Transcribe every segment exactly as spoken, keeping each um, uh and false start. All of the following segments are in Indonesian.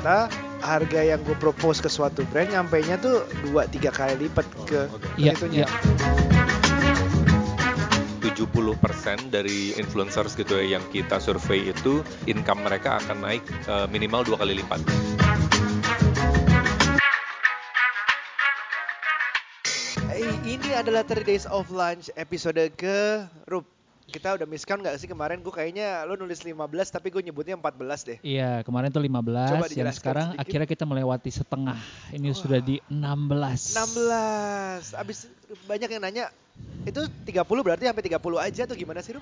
ternyata harga yang gue propose ke suatu brand nyampainya tuh dua tiga kali lipat ke, okay. ke Iya, itunya. iya. tujuh puluh persen dari influencers gitu ya yang kita survei itu income mereka akan naik uh, minimal dua kali lipat. Ini adalah tiga Days of Lunch episode ke Rup. Kita udah miscount gak sih kemarin? Gue kayaknya lo nulis lima belas tapi gue nyebutnya empat belas deh. Iya, kemarin tuh lima belas, Coba yang dijelaskan sekarang sedikit. akhirnya kita melewati setengah. Ini Wah. sudah di enam belas. enam belas. Abis banyak yang nanya, itu tiga puluh berarti sampai tiga puluh aja tuh gimana sih, Rup?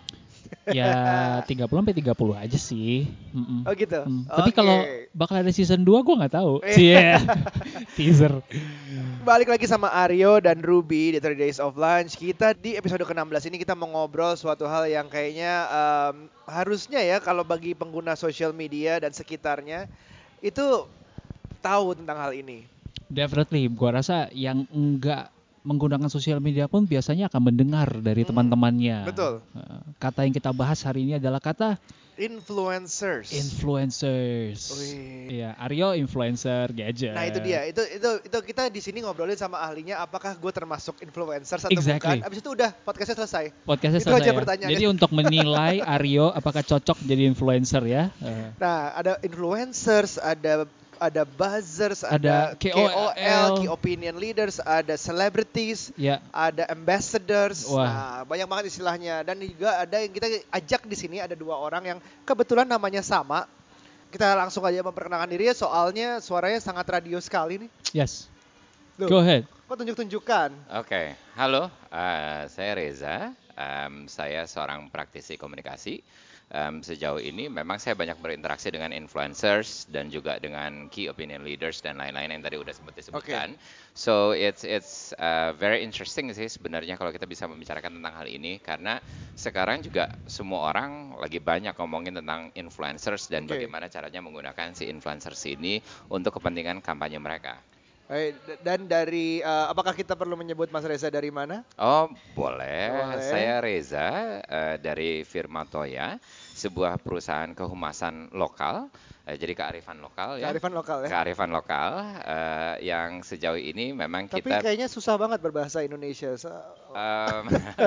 Ya tiga puluh sampai tiga puluh aja sih. Mm-mm. Oh gitu? Hmm. Okay. Tapi kalau bakal ada season dua gue gak tahu. Eh. Yeah. Teaser. Balik lagi sama Aryo dan Ruby di tiga Days of Lunch. Kita di episode ke enam belas ini kita mau ngobrol suatu hal yang kayaknya um, harusnya ya kalau bagi pengguna sosial media dan sekitarnya itu tahu tentang hal ini. Definitely, gua rasa yang enggak menggunakan sosial media pun biasanya akan mendengar dari Hmm, teman-temannya. betul. Kata yang kita bahas hari ini adalah kata Influencers. influencers. Wih. Iya, Aryo influencer gadget. Nah itu dia, itu itu itu kita di sini ngobrolin sama ahlinya apakah gue termasuk influencers atau Exactly. bukan. Abis itu udah podcastnya selesai. Podcastnya Itu aja selesai ya. pertanyaannya. Jadi untuk menilai Aryo apakah cocok jadi influencer ya. Uh. Nah ada influencers, ada ada buzzers, ada, Ada K K O O L, L, key opinion leaders, ada celebrities, ya. ada ambassadors. Wah. Nah, banyak banget istilahnya. Dan juga ada yang kita ajak di sini ada dua orang yang kebetulan namanya sama. Kita langsung aja memperkenalkan diri ya, soalnya suaranya sangat radio sekali nih. Yes. Loh, Go ahead. kok tunjuk-tunjukkan? Oke, halo, uh, saya Reza, um, saya seorang praktisi komunikasi. Um, sejauh ini memang saya banyak berinteraksi dengan influencers dan juga dengan key opinion leaders dan lain-lain yang tadi udah sempat disebutkan. Okay. So it's it's uh, very interesting sih sebenarnya kalau kita bisa membicarakan tentang hal ini karena sekarang juga semua orang lagi banyak ngomongin tentang influencers dan Okay. bagaimana caranya menggunakan si influencers ini untuk kepentingan kampanye mereka. Baik, dan dari uh, apakah kita perlu menyebut Mas Reza dari mana? Oh boleh, Boleh. Saya Reza uh, dari Firma Toya, sebuah perusahaan kehumasan lokal, uh, jadi kearifan lokal ya. Kearifan lokal ya. Kearifan lokal uh, yang sejauh ini memang Tapi kita. kayaknya susah banget berbahasa Indonesia. So, Um,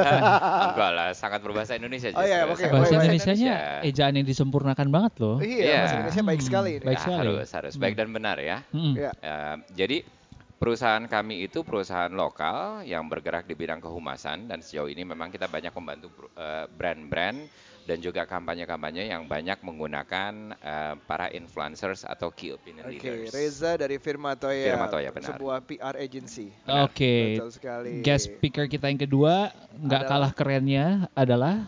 enggak lah, sangat berbahasa Indonesia. Oh iya, justru. oke. Sangat Bahasa baik. Indonesianya ejaan yang disempurnakan banget loh. Iya, Iya. bahasa Indonesia baik Hmm, sekali ini. baik Ya, sekali. harus harus baik dan benar ya. Mm-mm. Iya. Uh, jadi perusahaan kami itu perusahaan lokal yang bergerak di bidang kehumasan dan sejauh ini memang kita banyak membantu uh, brand-brand dan juga kampanye-kampanye yang banyak menggunakan uh, para influencers atau key opinion Oke, leaders. Reza dari Firma Toya. Firma Toya, benar. Sebuah P R agency. Benar. Oke. Betul sekali. Guest speaker kita yang kedua nggak Adalah? kalah kerennya adalah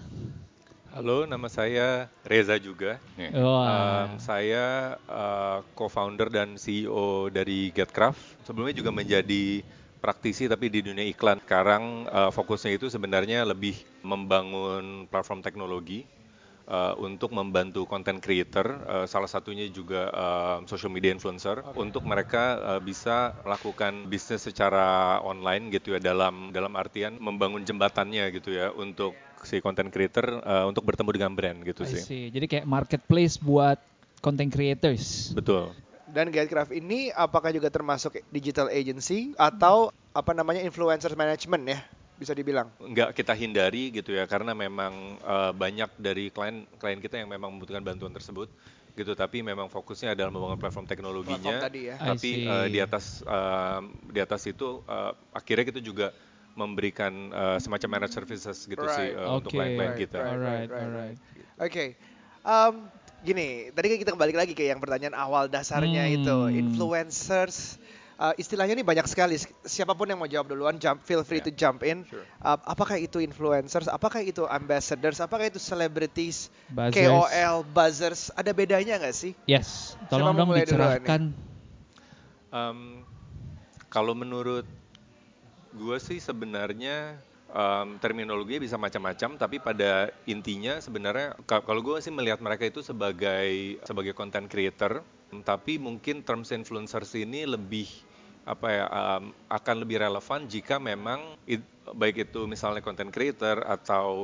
Halo, nama saya Reza juga. Nih. wah. Um, saya uh, co-founder dan C E O dari Getcraft. Sebelumnya juga menjadi praktisi tapi di dunia iklan. Sekarang uh, fokusnya itu sebenarnya lebih membangun platform teknologi uh, untuk membantu content creator, uh, salah satunya juga uh, social media influencer, okay. Untuk mereka uh, bisa melakukan bisnis secara online gitu ya, dalam dalam artian membangun jembatannya gitu ya untuk si content creator uh, untuk bertemu dengan brand gitu I sih. see. Jadi kayak marketplace buat content creators. Betul. Dan Getcraft ini apakah juga termasuk digital agency atau apa namanya influencer management ya, bisa dibilang? Nggak kita hindari gitu ya, karena memang uh, banyak dari klien klien kita yang memang membutuhkan bantuan tersebut gitu, tapi memang fokusnya adalah membangun platform teknologinya. Platform tadi ya. Tapi uh, di atas uh, di atas itu uh, akhirnya kita juga memberikan uh, semacam managed services gitu Right. sih uh, untuk Okay. klien-klien Right, kita. right, Alright, right, alright. Oke, um, gini, tadi kan kita kembali lagi ke yang pertanyaan awal dasarnya Hmm. itu, influencers, uh, istilahnya ini banyak sekali. Siapapun yang mau jawab duluan, jump, feel free Yeah. to jump in. Sure. Uh, apakah itu influencers? Apakah itu ambassadors? Apakah itu celebrities? Buzzers. K O L, buzzers? Ada bedanya nggak sih? Yes, Siapa tolong mau dong mulai duluan dicerahkan. Um, kalau menurut gue sih sebenarnya um, terminologinya bisa macam-macam, tapi pada intinya sebenarnya ka- kalau gue sih melihat mereka itu sebagai sebagai content creator, tapi mungkin terms influencers ini lebih apa ya um, akan lebih relevan jika memang it, baik itu misalnya content creator atau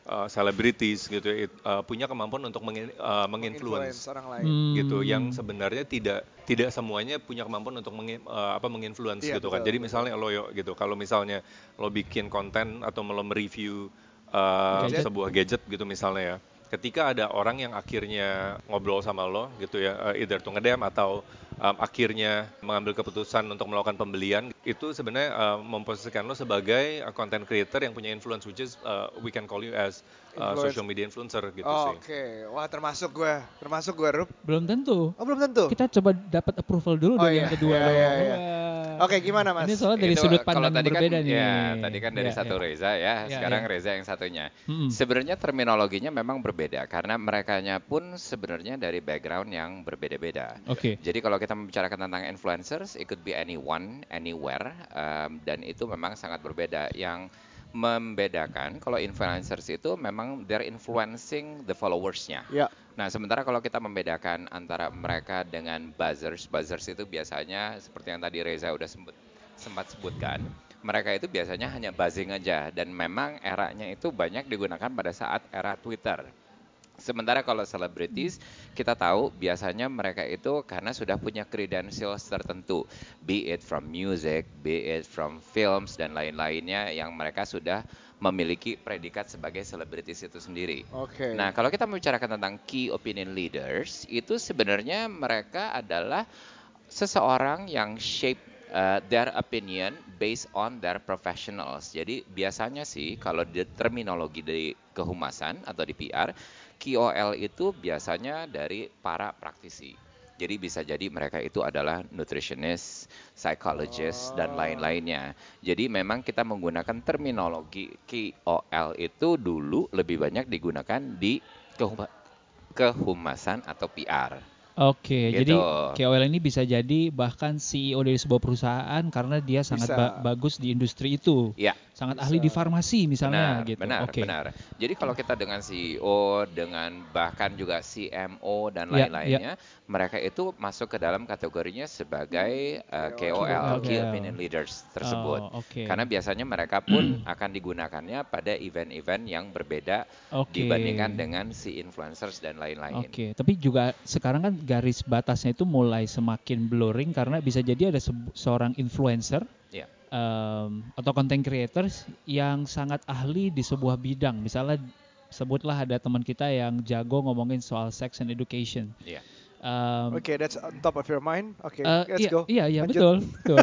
uh, celebrities gitu ya, it- uh, punya kemampuan untuk mengin, uh, menginfluence orang lain. Hmm. gitu, yang sebenarnya tidak tidak semuanya punya kemampuan untuk mengi, uh, apa menginfluence Iya, gitu kan. betul, Jadi betul. misalnya lo yo gitu, kalau misalnya lo bikin konten atau lo mereview uh, Gadget. sebuah gadget gitu misalnya ya, ketika ada orang yang akhirnya ngobrol sama lo gitu ya, uh, either to nge-D M atau um, akhirnya mengambil keputusan untuk melakukan pembelian, itu sebenarnya uh, memposisikan lo sebagai uh, content creator yang punya influence, which is uh, we can call you as uh, Influence. social media influencer gitu Oh, sih. Oke, wah termasuk gue, termasuk gue, Rup. Belum tentu. Oh belum tentu. Kita coba dapat approval dulu Oh, dari iya, yang kedua iya, dong. iya, iya. Wah. Oke, gimana, Mas? Ini soalnya dari Itu, sudut kalau pandang tadi kan, berbeda nih. ya, tadi kan dari Ya, satu ya. Reza ya, Ya, sekarang ya. Reza yang satunya. Mm-mm. Sebenarnya terminologinya memang berbeda karena merekanya pun sebenarnya dari background yang berbeda-beda. Oke. Jadi kalau kita membicarakan tentang influencers, it could be anyone, anywhere, um, dan itu memang sangat berbeda. Yang membedakan kalau influencers itu memang they're influencing the followers-nya. Ya. Nah, sementara kalau kita membedakan antara mereka dengan buzzers, buzzers itu biasanya seperti yang tadi Reza udah sempet, sempat sebutkan, mereka itu biasanya hanya buzzing aja, dan memang eranya itu banyak digunakan pada saat era Twitter. Sementara kalau celebrities, kita tahu biasanya mereka itu karena sudah punya credentials tertentu, be it from music, be it from films, dan lain-lainnya yang mereka sudah memiliki predikat sebagai selebritis itu sendiri. Oke. Nah, kalau kita membicarakan tentang key opinion leaders, itu sebenarnya mereka adalah seseorang yang shape uh, their opinion based on their professionals. Jadi biasanya sih kalau di terminologi di kehumasan atau di P R, K O L itu biasanya dari para praktisi. Jadi bisa jadi mereka itu adalah nutritionist, psychologist, dan lain-lainnya. Jadi memang kita menggunakan terminologi K O L itu dulu lebih banyak digunakan di kehuma- kehumasan atau P R. Oke, Gitu. jadi K O L ini bisa jadi bahkan C E O dari sebuah perusahaan karena dia sangat Bisa. ba- bagus di industri itu. Ya. Sangat Bisa. ahli di farmasi misalnya Benar, gitu. benar, Oke. benar. Jadi kalau kita dengan C E O, dengan bahkan juga C M O dan Ya, lain-lainnya, mereka itu masuk ke dalam kategorinya sebagai uh, K O L, Key Opinion Leaders tersebut. Oh, oke. Karena biasanya mereka pun akan digunakannya pada event-event yang berbeda Oke. dibandingkan dengan si influencers dan lain-lain. Oke, tapi juga sekarang kan garis batasnya itu mulai semakin blurring karena bisa jadi ada se- seorang influencer Ya. um, atau content creators yang sangat ahli di sebuah bidang. Misalnya sebutlah ada teman kita yang jago ngomongin soal sex and education. Iya. Um, Oke, that's on top of your mind. Oke, Uh, let's iya, go. Iya, iya, Lanjut. betul, betul.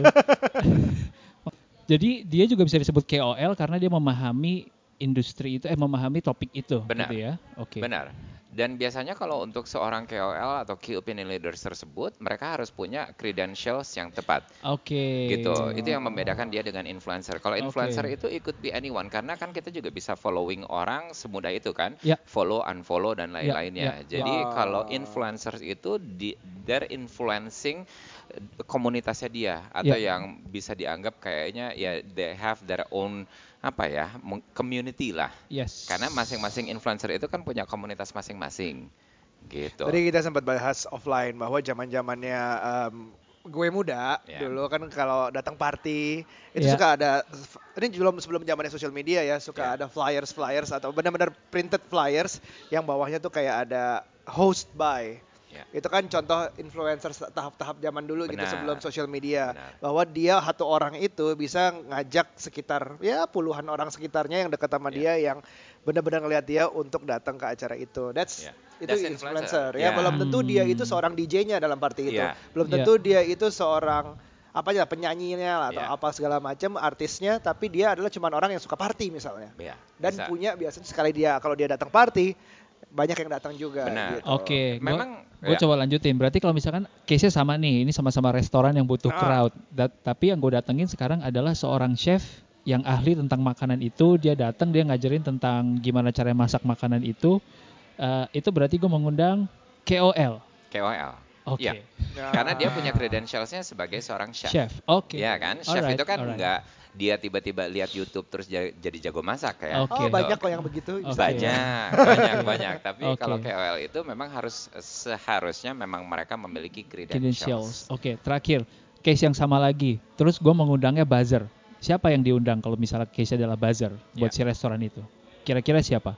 Jadi dia juga bisa disebut K O L karena dia memahami industri itu, eh memahami topik itu, Benar. gitu ya. Oke. Benar. Dan biasanya kalau untuk seorang K O L atau Key Opinion Leaders tersebut, mereka harus punya credentials yang tepat. Oke. Gitu, itu yang membedakan dia dengan influencer. Kalau Oke. influencer itu ikut be anyone, karena kan kita juga bisa following orang semudah itu kan, Ya. follow, unfollow dan lain-lainnya. ya, Jadi ya. kalau influencers itu di, they're influencing eh, komunitasnya dia, atau Ya. yang bisa dianggap kayaknya ya they have their own apa ya meng- community lah. Yes. Karena masing-masing influencer itu kan punya komunitas masing-masing. Gitu. Tadi kita sempat bahas offline bahwa zaman-zamannya em, gue muda Ya. dulu kan kalau datang party itu Ya. suka ada, ini belum sebelum zamannya sosial media ya, suka Ya. ada flyers flyers atau benar-benar printed flyers yang bawahnya tuh kayak ada host by. Ya. Itu kan contoh influencer tahap-tahap zaman dulu gitu Benar. sebelum sosial media. Benar. Bahwa dia satu orang itu bisa ngajak sekitar ya puluhan orang sekitarnya yang dekat sama Ya. dia yang benar-benar ngelihat dia untuk datang ke acara itu. That's Ya. itu That's influencer, influencer. ya. Ya. Belum tentu dia itu Hmm. seorang D J-nya dalam party itu. Ya. Belum Ya. tentu dia itu seorang apa ya penyanyinya lah, atau Ya. apa segala macam artisnya, tapi dia adalah cuma orang yang suka party misalnya. Ya, Dan bisa. punya biasanya sekali dia kalau dia datang party banyak yang datang juga. Benar. Gitu. Oke, gua- Memang gue ya. coba lanjutin. Berarti kalau misalkan case-nya sama nih, ini sama-sama restoran yang butuh Ah. crowd. Da- tapi yang gue datengin sekarang adalah seorang chef yang ahli tentang makanan itu. Dia datang, dia ngajarin tentang gimana cara masak makanan itu. Eh, itu berarti gue mengundang K O L. K O L. Oke. Ya. Nah. Karena dia punya credentialsnya sebagai seorang chef. Chef. Oke. Iya kan? Chef Alright, itu kan alright. enggak dia tiba-tiba lihat YouTube terus ja- jadi jago masak ya. Oke. Oh, Gitu. banyak kok yang begitu. Oke. Banyak, banyak, banyak. Tapi Oke. kalau K O L itu memang harus seharusnya memang mereka memiliki Credentials. credentials. Oke, terakhir case yang sama lagi. Terus gue mengundangnya buzzer. Siapa yang diundang kalau misalnya case adalah buzzer buat Ya. si restoran itu? Kira-kira siapa?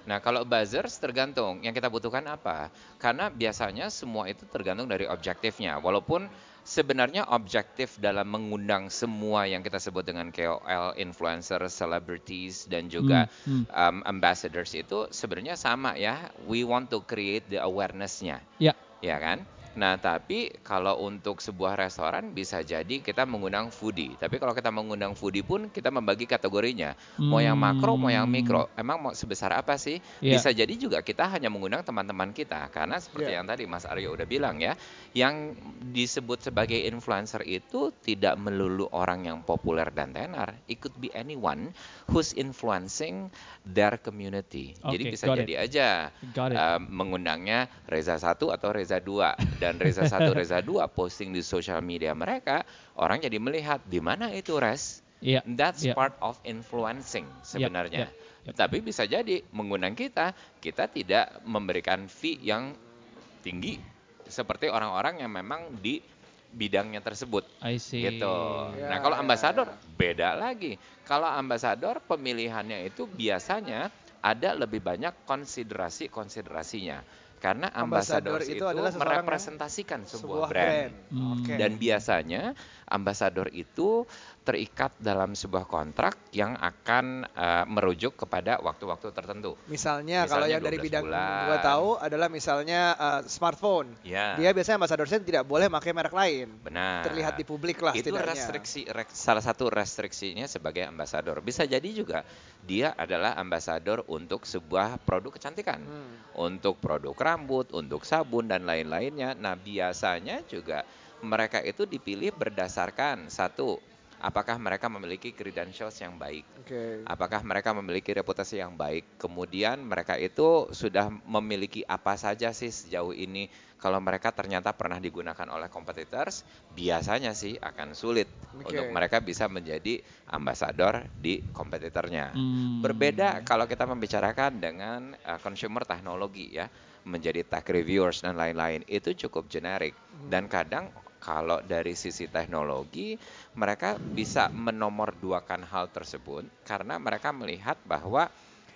Nah, kalau buzzers tergantung yang kita butuhkan apa. Karena biasanya semua itu tergantung dari objektifnya. Walaupun sebenarnya objektif dalam mengundang semua yang kita sebut dengan K O L, influencer, celebrities, dan juga Hmm, hmm. um, ambassadors itu sebenarnya sama ya. We want to create the awareness-nya. Ya. Ya kan? Nah, tapi kalau untuk sebuah restoran bisa jadi kita mengundang foodie. Tapi kalau kita mengundang foodie pun kita membagi kategorinya. Mau yang makro, mau yang mikro. Emang mau sebesar apa sih? Ya. Bisa jadi juga kita hanya mengundang teman-teman kita. Karena seperti Yeah. yang tadi Mas Aryo udah bilang ya, yang disebut sebagai influencer itu tidak melulu orang yang populer dan tenar. It could be anyone who's influencing their community. Jadi Oke, bisa got it. jadi aja Got it. um, mengundangnya Reza satu atau Reza dua, dan Reza satu, Reza dua posting di sosial media mereka, orang jadi melihat di mana itu Res. Iya, That's iya. part of influencing sebenarnya. yep, yep. Tapi bisa jadi mengundang kita, kita tidak memberikan fee yang tinggi seperti orang-orang yang memang di bidangnya tersebut. I see. Gitu. Ya, Nah, kalau ya, ambasador ya. beda lagi. Kalau ambasador pemilihannya itu biasanya ada lebih banyak konsiderasi-konsiderasinya. Karena Ambasador ambasador itu itu, adalah seseorang yang- merepresentasikan Sebuah sebuah, brand. brand. Hmm. Oke. Dan biasanya ambasador itu terikat dalam sebuah kontrak yang akan uh, merujuk kepada waktu-waktu tertentu. Misalnya, kalau Misalnya yang dari dua belas bidang bulan. gua tahu adalah misalnya uh, smartphone. Ya. Dia biasanya ambasadornya tidak boleh pakai merek lain. Benar. Terlihat di publik lah Itu setidaknya. restriksi rek- salah satu restriksinya sebagai ambasador. Bisa jadi juga dia adalah ambasador untuk sebuah produk kecantikan, Hmm. untuk produk rambut, untuk sabun dan lain-lainnya. Nah, biasanya juga mereka itu dipilih berdasarkan satu, apakah mereka memiliki credentials yang baik. Oke. Apakah mereka memiliki reputasi yang baik? Kemudian mereka itu sudah memiliki apa saja sih sejauh ini? Kalau mereka ternyata pernah digunakan oleh competitors, biasanya sih akan sulit Oke. untuk mereka bisa menjadi ambasador di kompetitornya. Hmm. Berbeda kalau kita membicarakan dengan uh, consumer teknologi ya, menjadi tech reviewers dan lain-lain, itu cukup generik. Dan kadang kalau dari sisi teknologi, mereka bisa menomorduakan hal tersebut karena mereka melihat bahwa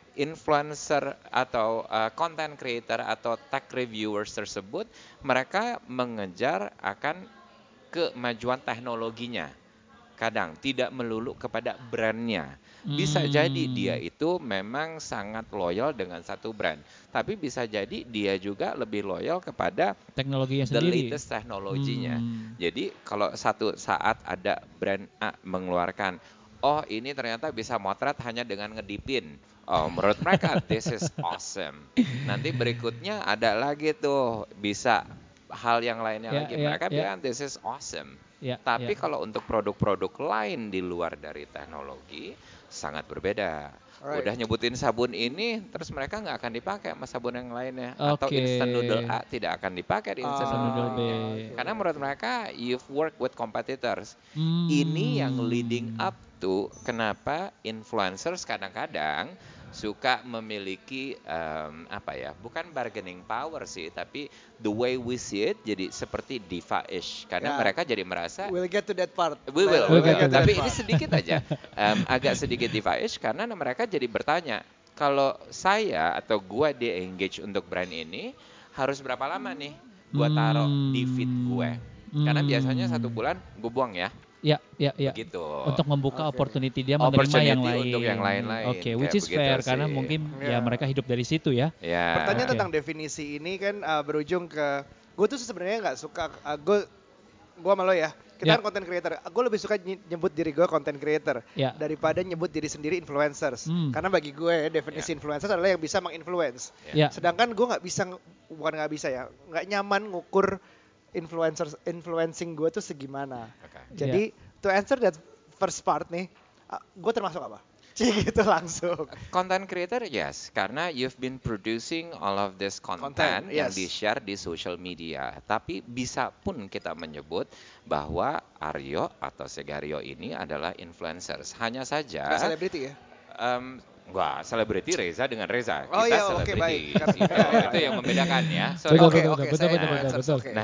influencer atau uh, content creator atau tech reviewers tersebut, mereka mengejar akan kemajuan teknologinya. Kadang tidak melulu kepada brandnya. Bisa Hmm. jadi dia itu memang sangat loyal dengan satu brand. Tapi bisa jadi dia juga lebih loyal kepada Teknologinya the sendiri. latest teknologinya. Hmm. Jadi kalau satu saat ada brand A mengeluarkan, oh ini ternyata bisa motret hanya dengan ngedipin. Oh, menurut mereka this is awesome. Nanti berikutnya ada lagi tuh bisa hal yang lainnya Ya, lagi. ya, Mereka ya. bilang this is awesome. Ya, Tapi ya. kalau untuk produk-produk lain di luar dari teknologi sangat berbeda. Alright. Udah nyebutin sabun ini, terus mereka nggak akan dipakai sama sabun yang lainnya. Atau Oke. instant noodle A tidak akan dipakai di instant Ah, noodle B. B. Karena menurut mereka you've worked with competitors. Hmm. Ini yang leading up to kenapa influencers kadang-kadang suka memiliki um, apa ya, bukan bargaining power sih, tapi the way we see it jadi seperti diva-ish. Karena Ya. mereka jadi merasa We'll get to that part. We will, We'll we get will. to that Tapi part. ini sedikit aja, um, agak sedikit diva-ish karena mereka jadi bertanya, kalau saya atau gua di engage untuk brand ini harus berapa lama nih gua taruh di feed gue? Karena biasanya satu bulan gue buang ya, Ya, ya, ya. begitu. Untuk membuka Oke. opportunity dia menerima Opportunity yang lain. untuk yang lain-lain, Oke, kayak which is begitu fair sih. karena mungkin Ya. ya mereka hidup dari situ ya. Ya. Pertanyaan Oke. tentang definisi ini kan uh, berujung ke gue tuh sebenarnya nggak suka uh, gue gue sama lo ya, kita Ya. kan content creator. Gue lebih suka ny- nyebut diri gue content creator Ya. daripada nyebut diri sendiri influencers. Hmm. Karena bagi gue definisi Ya. influencers adalah yang bisa menginfluence. Ya. Sedangkan gue nggak bisa, nge- bukan nggak bisa ya, nggak nyaman ngukur influencers influencing gue tuh segimana. Oke. Jadi to answer that first part nih, uh, gue termasuk apa? Cih gitu langsung. Content creator, yes, karena you've been producing all of this content, Content, yang yes. di-share di social media. Tapi bisa pun kita menyebut bahwa Aryo atau Segario ini adalah influencers. Hanya saja, Nggak selebriti ya? um, wah, selebriti Reza dengan Reza. Oh Kita iya, oke, selebriti. baik. Itu, Iya, iya, itu iya. yang membedakan ya. Sorry. Betul, Oke, betul, oke, betul, saya betul, betul, influencers, betul. oke. Nah,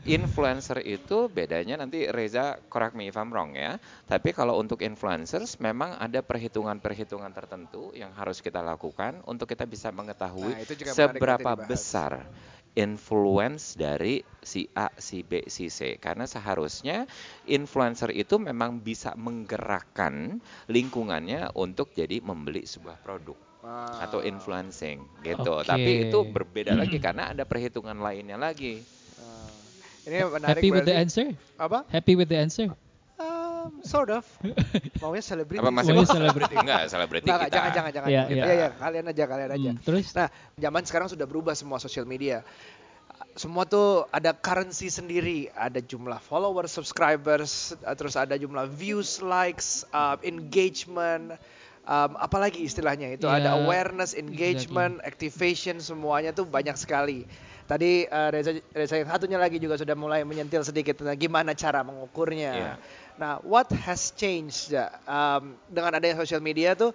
Influencer itu bedanya nanti Reza correct me if I'm wrong ya. Tapi kalau untuk influencers memang ada perhitungan-perhitungan tertentu yang harus kita lakukan untuk kita bisa mengetahui Nah, itu juga menarik nanti seberapa dibahas. besar influence dari si A, si B, si C. Karena seharusnya influencer itu memang bisa menggerakkan lingkungannya untuk jadi membeli sebuah produk Wow. atau influencing gitu. Oke. Tapi itu berbeda lagi karena ada perhitungan lainnya lagi. Ah, ini menarik Happy with the berarti. answer? Apa? Happy with the answer? Um, sort of. Maunya selebriti. Apa masih Maunya mau selebriti. Enggak, selebriti Nggak, kita. jangan, jangan, jangan. Iya, Iya, iya. iya, kalian aja, kalian aja. Hmm, terus? Nah, zaman sekarang sudah berubah semua sosial media. Semua tuh ada currency sendiri, ada jumlah followers, subscribers, terus ada jumlah views, likes, uh, engagement, um, apalagi istilahnya itu Yeah, ada awareness, engagement, activation, semuanya tuh banyak sekali. Tadi uh, Reza, Reza yang satunya lagi juga sudah mulai menyentil sedikit tentang gimana cara mengukurnya. Yeah. Nah, what has changed ya? Um, dengan adanya sosial media tuh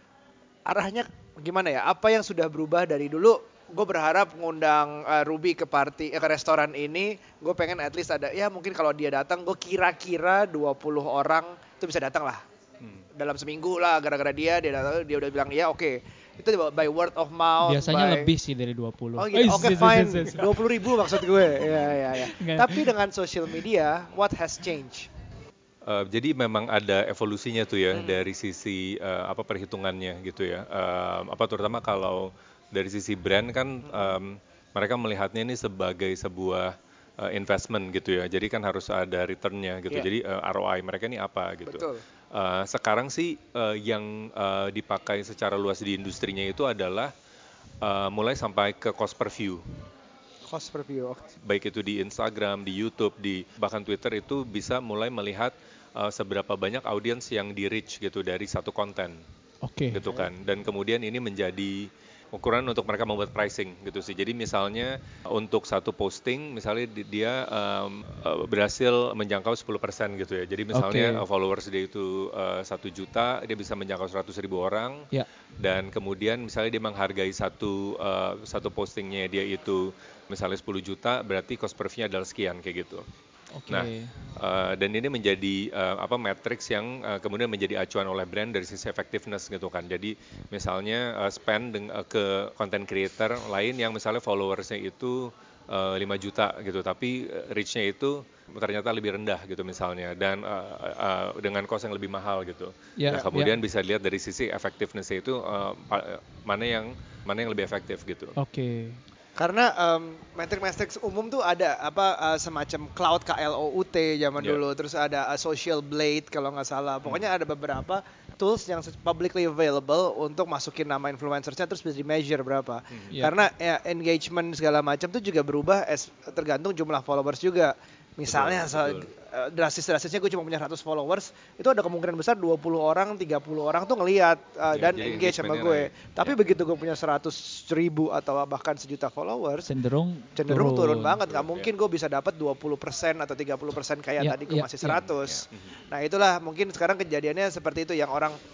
arahnya gimana ya? Apa yang sudah berubah dari dulu? Gue berharap ngundang uh, Ruby ke party eh, ke restoran ini, gue pengen at least ada ya mungkin kalau dia datang gue kira-kira dua puluh orang itu bisa datang lah. Hmm. Dalam seminggu lah gara-gara dia dia datang dia udah bilang ya oke. Okay. Itu by word of mouth. Biasanya by... lebih sih dari dua puluh. Oh gitu. Oke okay, fine. dua puluh ribu maksud gue. Ya ya ya. Tapi dengan social media what has changed? Uh, jadi memang ada evolusinya tuh ya hmm. dari sisi uh, apa perhitungannya gitu ya. Uh, apa terutama kalau dari sisi brand kan um, mereka melihatnya ini sebagai sebuah uh, investment gitu ya. Jadi kan harus ada returnnya gitu. Yeah. Jadi uh, R O I mereka ini apa gitu. Betul. Uh, sekarang sih uh, yang uh, dipakai secara luas di industrinya itu adalah uh, mulai sampai ke cost per view. Cost per view. Baik itu di Instagram, di YouTube, di bahkan Twitter itu bisa mulai melihat uh, seberapa banyak audiens yang di reach gitu dari satu konten. Oke. Okay. Gitu kan. Dan kemudian ini menjadi ukuran untuk mereka membuat pricing gitu sih. Jadi misalnya untuk satu posting misalnya dia um, berhasil menjangkau sepuluh persen gitu ya. Jadi misalnya okay. followers dia itu satu uh, juta, dia bisa menjangkau seratus ribu orang. Yeah. Dan kemudian misalnya dia menghargai satu uh, satu postingnya dia itu misalnya sepuluh juta, berarti cost per view adalah sekian kayak gitu. Okay. Nah, uh, dan ini menjadi uh, apa matrix yang uh, kemudian menjadi acuan oleh brand dari sisi effectiveness gitu kan. Jadi misalnya uh, spend deng- uh, ke content creator lain yang misalnya followersnya itu uh, lima juta gitu, tapi reach-nya itu ternyata lebih rendah gitu misalnya, dan uh, uh, dengan cost yang lebih mahal gitu. Yeah, nah, kemudian yeah. bisa dilihat dari sisi effectiveness-nya itu uh, mana yang mana yang lebih efektif gitu. Oke. Okay. Karena um, metrik-metrik umum tuh ada apa uh, semacam cloud K L O U T zaman yeah. dulu, terus ada uh, social blade kalau nggak salah. Pokoknya hmm. ada beberapa tools yang publicly available untuk masukin nama influencersnya terus bisa di measure berapa. Hmm. Yeah. Karena ya, engagement segala macam tuh juga berubah as, tergantung jumlah followers juga. Misalnya betul, betul. Uh, drastis-drastisnya gue cuma punya seratus followers, itu ada kemungkinan besar dua puluh orang, tiga puluh orang tuh ngelihat uh, ya, dan engage sama gue. Naik. Tapi ya. Begitu gue punya seratus ribu atau bahkan sejuta followers, cenderung cenderung turun, turun banget. Turun, Gak mungkin ya. Gue bisa dapat dua puluh persen atau tiga puluh persen kayak ya, tadi gue ya, masih seratus. Ya. Nah itulah mungkin sekarang kejadiannya seperti itu yang orang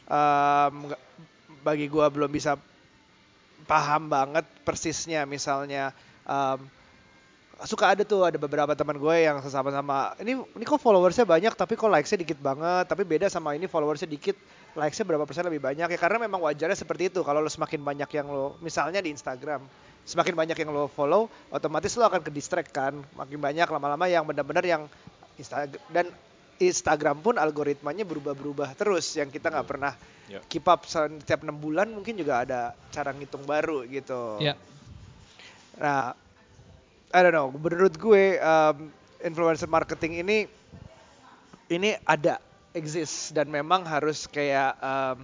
um, bagi gue belum bisa paham banget persisnya. Misalnya um, suka ada tuh ada beberapa teman gue yang sama-sama ini ini kok followersnya banyak tapi kok likesnya dikit banget, tapi beda sama ini followersnya dikit likesnya berapa persen lebih banyak ya, karena memang wajarnya seperti itu. Kalau lo semakin banyak yang lo misalnya di Instagram semakin banyak yang lo follow, otomatis lo akan ke distract kan, makin banyak lama-lama yang benar-benar yang Instagram, dan Instagram pun algoritmanya berubah-berubah terus yang kita nggak pernah yeah. keep up. Setiap enam bulan mungkin juga ada cara ngitung baru gitu. Yeah. Nah I don't know, menurut gue um, influencer marketing ini ini ada, exist, dan memang harus kayak um,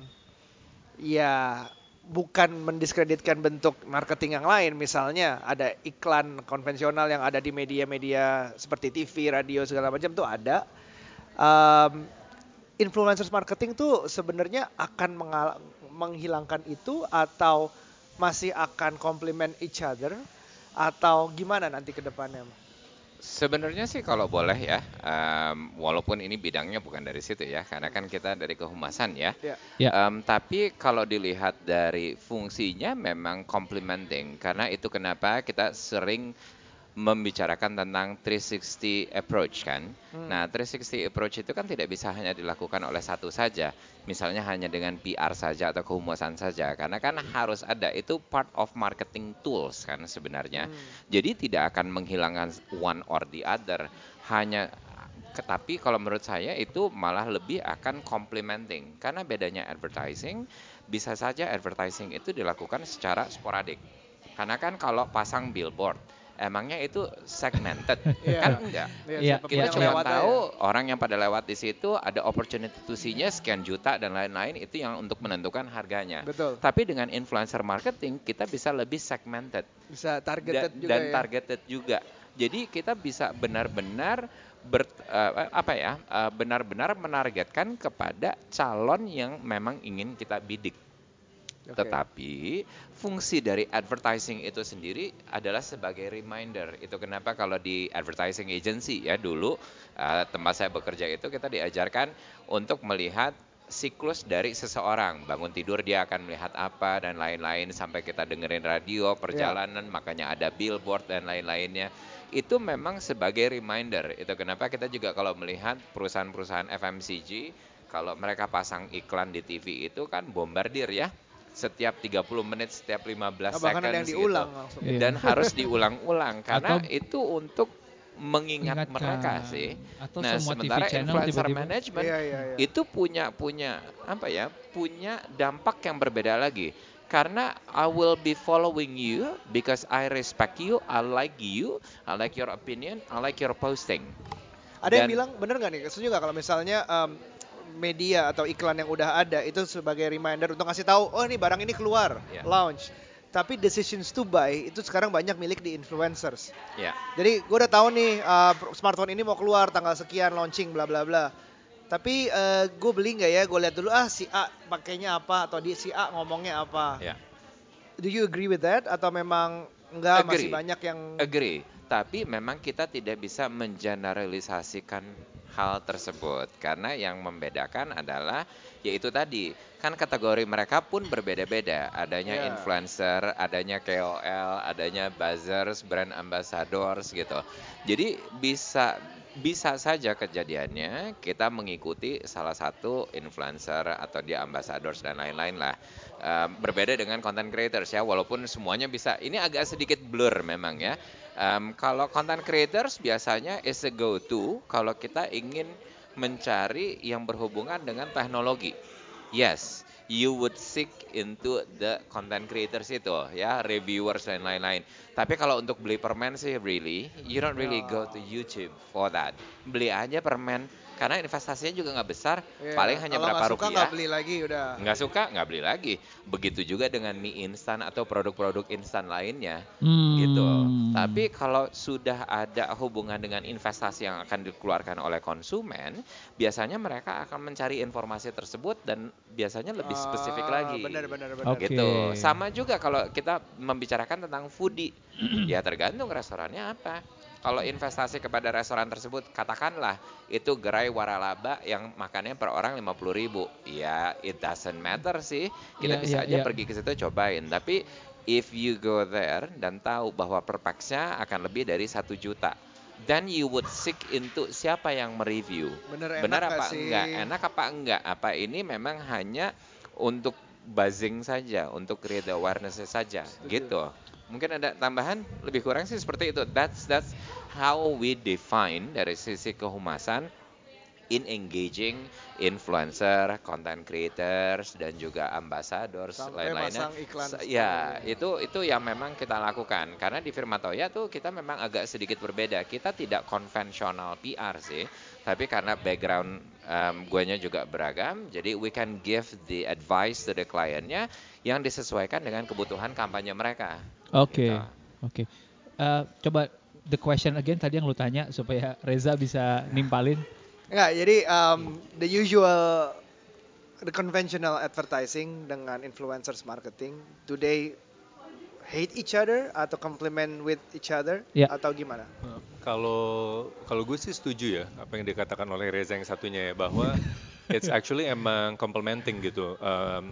ya bukan mendiskreditkan bentuk marketing yang lain. Misalnya ada iklan konvensional yang ada di media-media seperti T V, radio segala macam tuh ada. Um, influencer marketing tuh sebenarnya akan mengal- menghilangkan itu atau masih akan complement each other? Atau gimana nanti ke depannya? Sebenarnya sih kalau boleh ya, um, walaupun ini bidangnya bukan dari situ ya, karena kan kita dari kehumasan ya. Yeah. Yeah. Um, tapi kalau dilihat dari fungsinya memang complementing, karena itu kenapa kita sering membicarakan tentang three sixty approach kan. Hmm. Nah, three sixty approach itu kan tidak bisa hanya dilakukan oleh satu saja. Misalnya hanya dengan P R saja atau kehumasan saja. Karena kan harus ada, itu part of marketing tools kan sebenarnya. Hmm. Jadi tidak akan menghilangkan one or the other. Hanya Tetapi kalau menurut saya itu malah lebih akan complementing. Karena bedanya advertising, bisa saja advertising itu dilakukan secara sporadik. Karena kan kalau pasang billboard, emangnya itu segmented? Iya. Kan enggak. Iya, Iya, siapapun Kita yang cuma lewat tahu aja. orang yang pada lewat di situ ada opportunity to see-nya sekian juta dan lain-lain, itu yang untuk menentukan harganya. Betul. Tapi dengan influencer marketing kita bisa lebih segmented Bisa dan, targeted juga dan ya. targeted juga. Jadi kita bisa benar-benar ber, eh, apa ya eh, benar-benar menargetkan kepada calon yang memang ingin kita bidik. Oke. Tetapi fungsi dari advertising itu sendiri adalah sebagai reminder. Itu kenapa kalau di advertising agency ya dulu uh, tempat saya bekerja itu kita diajarkan untuk melihat siklus dari seseorang. Bangun tidur dia akan melihat apa dan lain-lain, sampai kita dengerin radio, perjalanan, makanya ada billboard dan lain-lainnya. Itu memang sebagai reminder. Itu kenapa kita juga kalau melihat perusahaan-perusahaan F M C G, kalau mereka pasang iklan di T V itu kan bombardir ya. Setiap tiga puluh menit, setiap lima belas Oh, bahkan ada seconds yang gitu. diulang langsung. Iya. Dan harus diulang-ulang karena Atau- itu untuk mengingat Ingatkan. mereka sih. Atau Nah, semua T V sementara channel influencer tiba-tiba. management Iya, iya, iya. itu punya punya apa ya? Punya dampak yang berbeda lagi. Karena I will be following you because I respect you, I like you, I like your opinion, I like your posting. Ada yang Dan- bilang, bener nggak nih? Setuju nggak kalau misalnya em, media atau iklan yang udah ada itu sebagai reminder untuk ngasih tahu, oh ini barang ini keluar, Ya. launch. Tapi decisions to buy itu sekarang banyak milik di influencers. Ya. Jadi gue udah tahu nih uh, smartphone ini mau keluar tanggal sekian launching bla bla bla. Tapi uh, gue beli nggak ya? Gue lihat dulu ah si A pakainya apa atau dia si A ngomongnya apa. Ya. Do you agree with that atau memang enggak masih Agree. banyak yang Agree, tapi memang kita tidak bisa mengeneralisasikan hal tersebut karena yang membedakan adalah yaitu tadi kan kategori mereka pun berbeda-beda, adanya Yeah. influencer, adanya K O L, adanya buzzers, brand ambassadors gitu. Jadi bisa bisa saja kejadiannya kita mengikuti salah satu influencer atau dia ambassadors dan lain-lain lah. Um, berbeda dengan content creators ya, walaupun semuanya bisa. Ini agak sedikit blur memang ya. Um, kalau content creators biasanya is a go-to kalau kita ingin mencari yang berhubungan dengan teknologi. Yes, you would seek into the content creators itu ya, reviewers dan lain-lain. Tapi kalau untuk beli permen sih really, you don't really go to YouTube for that. Beli aja permen karena investasinya juga nggak besar, yeah, paling hanya kalau berapa nggak suka rupiah. nggak beli lagi udah. Nggak suka, nggak beli lagi. Begitu juga dengan mie instan atau produk-produk instan lainnya. Hmm. Gitu. Tapi kalau sudah ada hubungan dengan investasi yang akan dikeluarkan oleh konsumen, biasanya mereka akan mencari informasi tersebut dan biasanya lebih spesifik Ah, lagi. Benar benar benar. Oke. Gitu. Sama juga kalau kita membicarakan tentang foodie, ya tergantung restorannya apa. Kalau investasi kepada restoran tersebut, katakanlah itu gerai waralaba yang makannya per orang lima puluh ribu. Ya, it doesn't matter sih. Kita Iya, bisa iya, aja iya. pergi ke situ cobain. Tapi if you go there dan tahu bahwa per pax-nya akan lebih dari satu juta, then you would seek into siapa yang mereview. Bener, enak Benar nggak apa sih? enggak? Enak apa enggak? Apa ini memang hanya untuk buzzing saja, untuk create awareness saja, gitu. Mungkin ada tambahan, lebih kurang sih seperti itu. That's that's how we define dari sisi kehumasan in engaging influencer, content creators dan juga ambassadors Sampai lain-lainnya. masang iklan Se- sekali. Ya, itu itu yang memang kita lakukan. Karena di Firmatoya tuh kita memang agak sedikit berbeda. Kita tidak konvensional P R sih, tapi karena background um, guanya juga beragam, jadi we can give the advice to the clientnya yang disesuaikan dengan kebutuhan kampanye mereka. Oke, Gitu. oke. Eh, coba the question again tadi yang lu tanya supaya Reza bisa nimpalin. Enggak, jadi um, the usual, the conventional advertising dengan influencers marketing, do they hate each other atau complement with each other Ya. atau gimana? Kalau kalau gue sih setuju ya apa yang dikatakan oleh Reza yang satunya ya, bahwa it's actually emang complementing gitu. Um,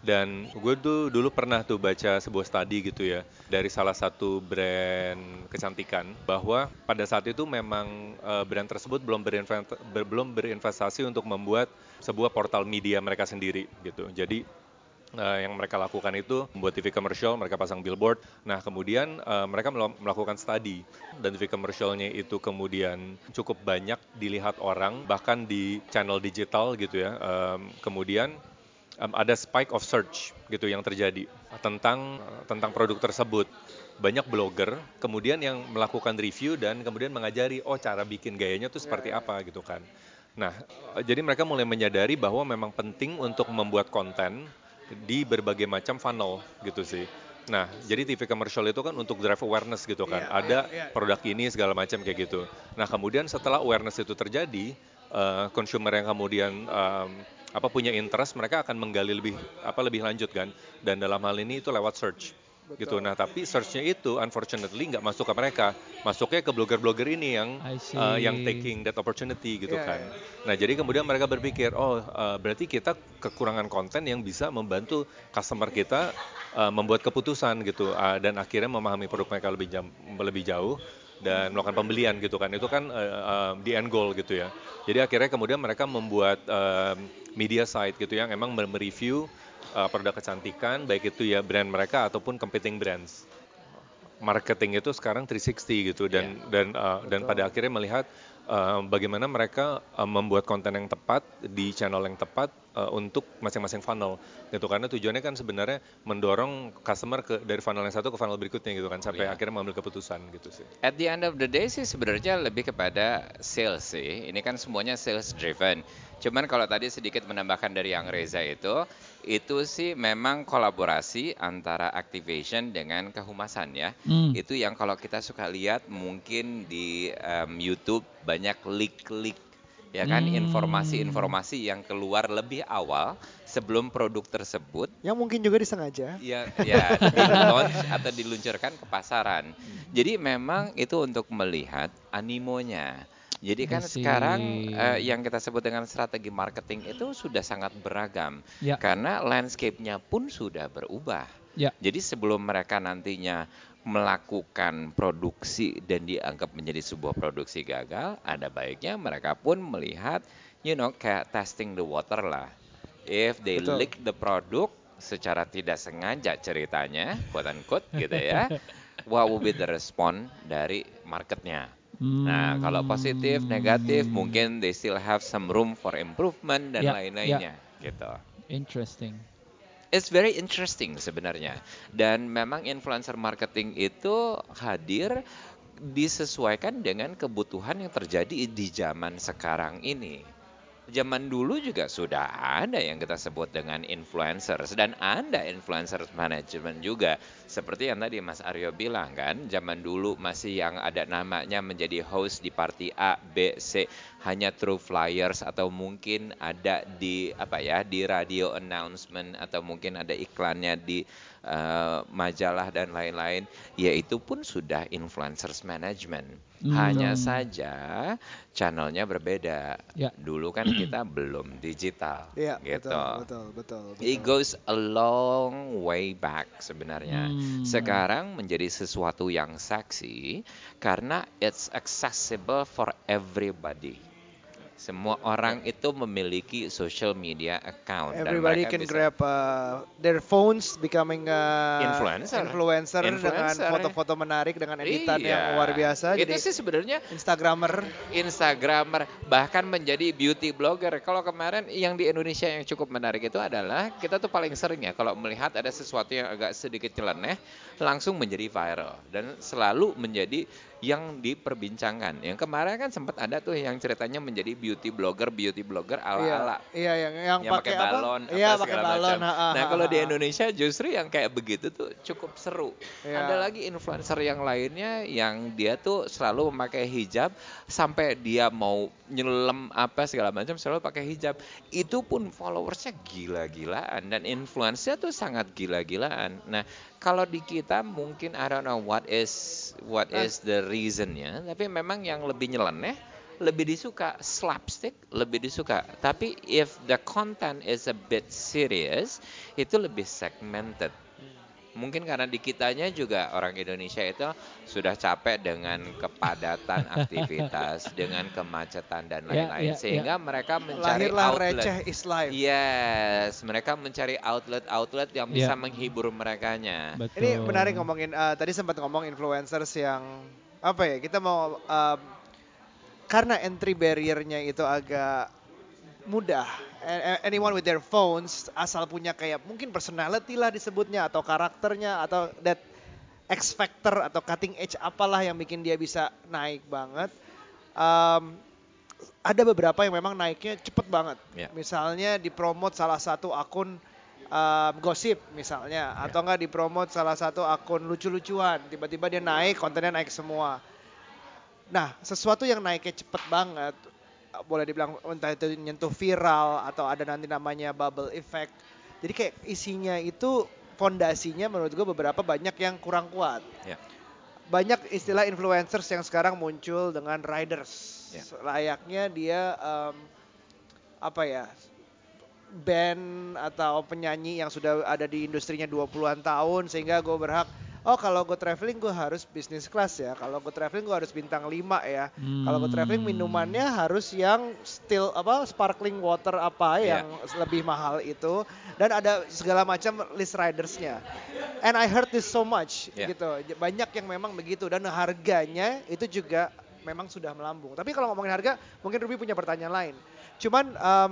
Dan gue tuh dulu pernah tuh baca sebuah studi gitu ya dari salah satu brand kecantikan bahwa pada saat itu memang uh, brand tersebut belum berinvestasi, belum berinvestasi untuk membuat sebuah portal media mereka sendiri gitu. Jadi uh, yang mereka lakukan itu membuat T V commercial, mereka pasang billboard. Nah kemudian uh, mereka melakukan studi dan T V commercialnya itu kemudian cukup banyak dilihat orang bahkan di channel digital gitu ya. Um, kemudian Um, ada spike of search gitu yang terjadi tentang tentang produk tersebut. Banyak blogger kemudian yang melakukan review dan kemudian mengajari oh cara bikin gayanya tuh seperti apa gitu kan. Nah, jadi mereka mulai menyadari bahwa memang penting untuk membuat konten di berbagai macam funnel gitu sih. Nah, jadi T V commercial itu kan untuk drive awareness gitu kan. Ada produk ini segala macam kayak gitu. Nah, kemudian setelah awareness itu terjadi, uh, consumer yang kemudian um, apa punya interest, mereka akan menggali lebih apa lebih lanjut kan. Dan dalam hal ini itu lewat search. Betul. Gitu. Nah, tapi search-nya itu unfortunately nggak masuk ke mereka. Masuknya ke blogger-blogger ini yang uh, yang taking that opportunity gitu yeah, kan. Yeah. Nah, jadi kemudian mereka berpikir, oh uh, berarti kita kekurangan konten yang bisa membantu customer kita uh, membuat keputusan gitu uh, dan akhirnya memahami produk mereka lebih jam, lebih jauh dan melakukan pembelian gitu kan. Itu kan uh, uh, the end goal gitu ya. Jadi akhirnya kemudian mereka membuat uh, media site gitu yang emang mereview uh, produk kecantikan baik itu ya brand mereka ataupun competing brands. Marketing itu sekarang tiga enam nol gitu dan yeah. dan uh, dan pada akhirnya melihat uh, bagaimana mereka uh, membuat konten yang tepat di channel yang tepat uh, untuk masing-masing funnel gitu karena tujuannya kan sebenarnya mendorong customer ke dari funnel yang satu ke funnel berikutnya gitu kan sampai yeah. akhirnya mengambil keputusan gitu sih. At the end of the day sih sebenarnya lebih kepada sales sih. Ini kan semuanya sales driven. Cuman kalau tadi sedikit menambahkan dari yang Reza itu, itu sih memang kolaborasi antara activation dengan kehumasan ya. Hmm. Itu yang kalau kita suka lihat mungkin di um, YouTube banyak leak-leak ya kan hmm. informasi-informasi yang keluar lebih awal sebelum produk tersebut. Yang mungkin juga disengaja. Ya, ya di-launch atau diluncurkan ke pasaran. Jadi memang itu untuk melihat animonya. Jadi kan sekarang uh, yang kita sebut dengan strategi marketing itu sudah sangat beragam. Ya. Karena landscape-nya pun sudah berubah. Ya. Jadi sebelum mereka nantinya melakukan produksi dan dianggap menjadi sebuah produksi gagal, ada baiknya mereka pun melihat, you know, kayak testing the water lah. If they Betul. leak the product secara tidak sengaja ceritanya, quote unquote gitu ya, what will be the response dari marketnya? Hmm. Nah, kalau positif, negatif, mungkin they still have some room for improvement dan yeah, lain-lainnya, yeah. gitu. Interesting. It's very interesting sebenarnya. Dan memang influencer marketing itu hadir disesuaikan dengan kebutuhan yang terjadi di zaman sekarang ini. Zaman dulu juga sudah ada yang kita sebut dengan influencers dan ada influencer management juga. Seperti yang tadi Mas Aryo bilang kan, zaman dulu masih yang ada namanya menjadi host di party A, B, C hanya through flyers atau mungkin ada di apa ya, di radio announcement atau mungkin ada iklannya di uh, majalah dan lain-lain. Ya itu pun sudah influencers management. Hmm. Hanya saja channelnya berbeda. Ya. Dulu kan kita belum digital, ya, gitu. Betul, betul, betul, betul. It goes a long way back sebenarnya. Hmm. Sekarang menjadi sesuatu yang seksi karena it's accessible for everybody. Semua orang itu memiliki social media account. Everybody dan can bisa grab uh, their phones becoming uh, influencer. Influencer, influencer dengan foto-foto menarik dengan editan iya. yang luar biasa. Itu jadi sih sebenarnya Instagramer, Instagramer bahkan menjadi beauty blogger. Kalau kemarin yang di Indonesia yang cukup menarik itu adalah kita tuh paling sering ya kalau melihat ada sesuatu yang agak sedikit nyeleneh langsung menjadi viral dan selalu menjadi yang diperbincangkan. Yang kemarin kan sempat ada tuh yang ceritanya menjadi beauty blogger, beauty blogger ala-ala. Iya, iya yang yang, yang pakai balon, apa, iya, pakai balon. Ha, ha, nah, ha, kalau ha. di Indonesia justru yang kayak begitu tuh cukup seru. Iya. Ada lagi influencer yang lainnya yang dia tuh selalu memakai hijab sampai dia mau nyelam apa segala macam selalu pakai hijab. Itu pun followersnya gila-gilaan dan influence-nya tuh sangat gila-gilaan. Nah, kalau di kita mungkin I don't know what is what is the reasonnya, tapi memang yang lebih nyeleneh lebih disuka slapstick, lebih disuka. Tapi if the content is a bit serious, itu lebih segmented. Mungkin karena di kitanya juga orang Indonesia itu sudah capek dengan kepadatan aktivitas, dengan kemacetan dan Ya, lain-lain, ya, sehingga ya. mereka mencari Lahirlah outlet. receh is life. Yes, mereka mencari outlet-outlet yang bisa Ya. menghibur merekanya. Betul. Ini menarik ngomongin, uh, tadi sempat ngomong influencers yang, apa ya, kita mau, um, karena entry barrier-nya itu agak mudah. A- Anyone with their phones asal punya kayak mungkin personality lah disebutnya atau karakternya atau that X factor atau cutting edge apalah yang bikin dia bisa naik banget. Um, ada beberapa yang memang naiknya cepet banget. Ya. Misalnya dipromot salah satu akun um, gosip misalnya, Ya. atau enggak dipromot salah satu akun lucu-lucuan, tiba-tiba dia naik, kontennya naik semua. Nah, sesuatu yang naiknya cepet banget, boleh dibilang entah itu nyentuh viral atau ada nanti namanya bubble effect. Jadi kayak isinya itu fondasinya menurut gue beberapa banyak yang kurang kuat. Ya. Banyak istilah influencers yang sekarang muncul dengan riders. Ya. Layaknya dia um, apa ya, band atau penyanyi yang sudah ada di industrinya dua puluhan tahun sehingga gue berhak, oh kalau gue traveling gue harus business class ya, kalau gue traveling gue harus bintang lima ya, Hmm. kalau gue traveling minumannya harus yang still apa sparkling water apa Iya. yang lebih mahal itu, dan ada segala macam list ridersnya. And I heard this so much Iya. gitu, banyak yang memang begitu dan harganya itu juga memang sudah melambung. Tapi kalau ngomongin harga, mungkin Ruby punya pertanyaan lain. Cuman um,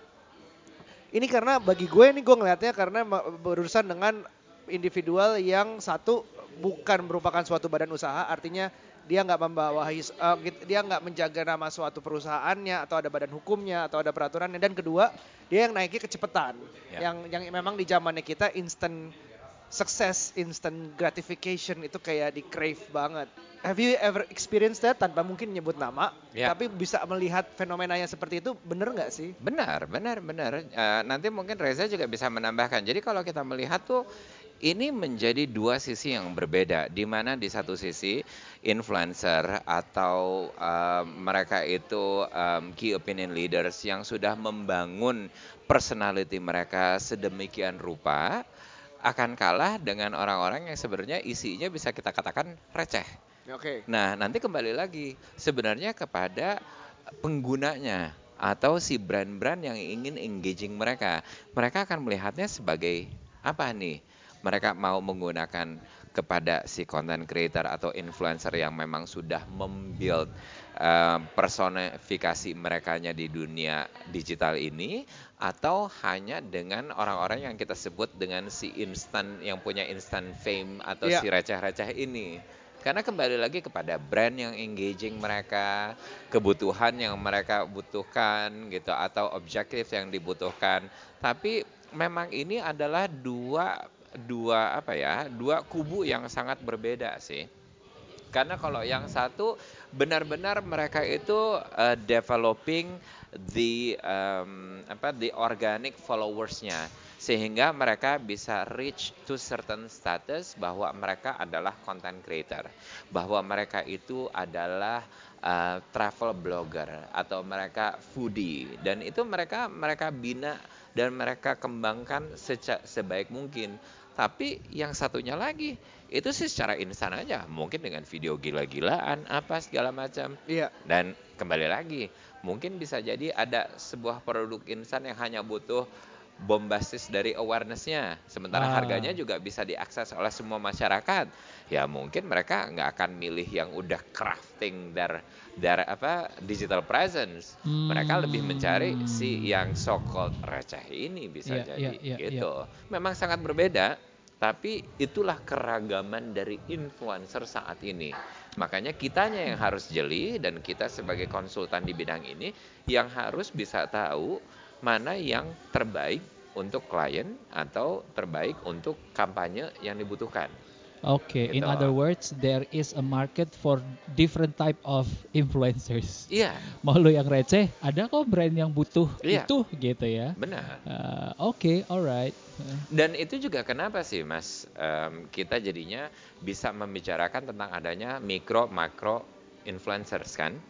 ini karena bagi gue ini gue ngelihatnya karena berurusan dengan individual yang satu bukan merupakan suatu badan usaha, artinya dia nggak membawahi, uh, dia nggak menjaga nama suatu perusahaannya atau ada badan hukumnya atau ada peraturannya, dan kedua dia yang naiknya kecepatan, Ya. yang yang memang di zamannya kita instant success, instant gratification itu kayak di crave banget. Have you ever experienced that tanpa mungkin nyebut nama, Ya. tapi bisa melihat fenomenanya seperti itu, bener nggak sih? Benar, benar, benar. Eh, nanti mungkin Reza juga bisa menambahkan. Jadi kalau kita melihat tuh ini menjadi dua sisi yang berbeda, di mana di satu sisi influencer atau um, mereka itu um, key opinion leaders yang sudah membangun personality mereka sedemikian rupa akan kalah dengan orang-orang yang sebenarnya isinya bisa kita katakan receh. Oke. Nah, nanti kembali lagi sebenarnya kepada penggunanya atau si brand-brand yang ingin engaging mereka. Mereka akan melihatnya sebagai apa nih? Mereka mau menggunakan kepada si content creator atau influencer yang memang sudah membuild uh, personifikasi merekanya di dunia digital ini, atau hanya dengan orang-orang yang kita sebut dengan si instant, yang punya instant fame atau Yeah. si receh-receh ini. Karena kembali lagi kepada brand yang engaging mereka, kebutuhan yang mereka butuhkan gitu, atau objektif yang dibutuhkan. Tapi memang ini adalah dua dua apa ya, dua kubu yang sangat berbeda sih. Karena kalau yang satu benar-benar mereka itu uh, developing the um, apa the organic followersnya, sehingga mereka bisa reach to certain status bahwa mereka adalah content creator, bahwa mereka itu adalah uh, travel blogger atau mereka foodie, dan itu mereka mereka bina dan mereka kembangkan seca- sebaik mungkin. Tapi yang satunya lagi itu sih secara instan aja, mungkin dengan video gila-gilaan apa segala macam. Iya. Dan kembali lagi, mungkin bisa jadi ada sebuah produk instan yang hanya butuh bombastis dari awareness-nya, sementara Ah. harganya juga bisa diakses oleh semua masyarakat. Ya mungkin mereka nggak akan milih yang udah crafting their, their apa digital presence. Hmm. Mereka lebih mencari si yang so-called receh ini bisa Iya, jadi iya, iya, gitu. Memang sangat berbeda, tapi itulah keragaman dari influencer saat ini. Makanya kitanya yang harus jeli, dan kita sebagai konsultan di bidang ini yang harus bisa tahu mana yang terbaik untuk klien atau terbaik untuk kampanye yang dibutuhkan. Oke, in Gitu. other words, there is a market for different type of influencers. Iya, Mau lu yang receh, ada kok brand yang butuh Iya. itu gitu ya. benar. Uh, Oke, alright. Uh, Dan itu juga kenapa sih Mas, em, kita jadinya bisa membicarakan tentang adanya mikro makro influencers kan,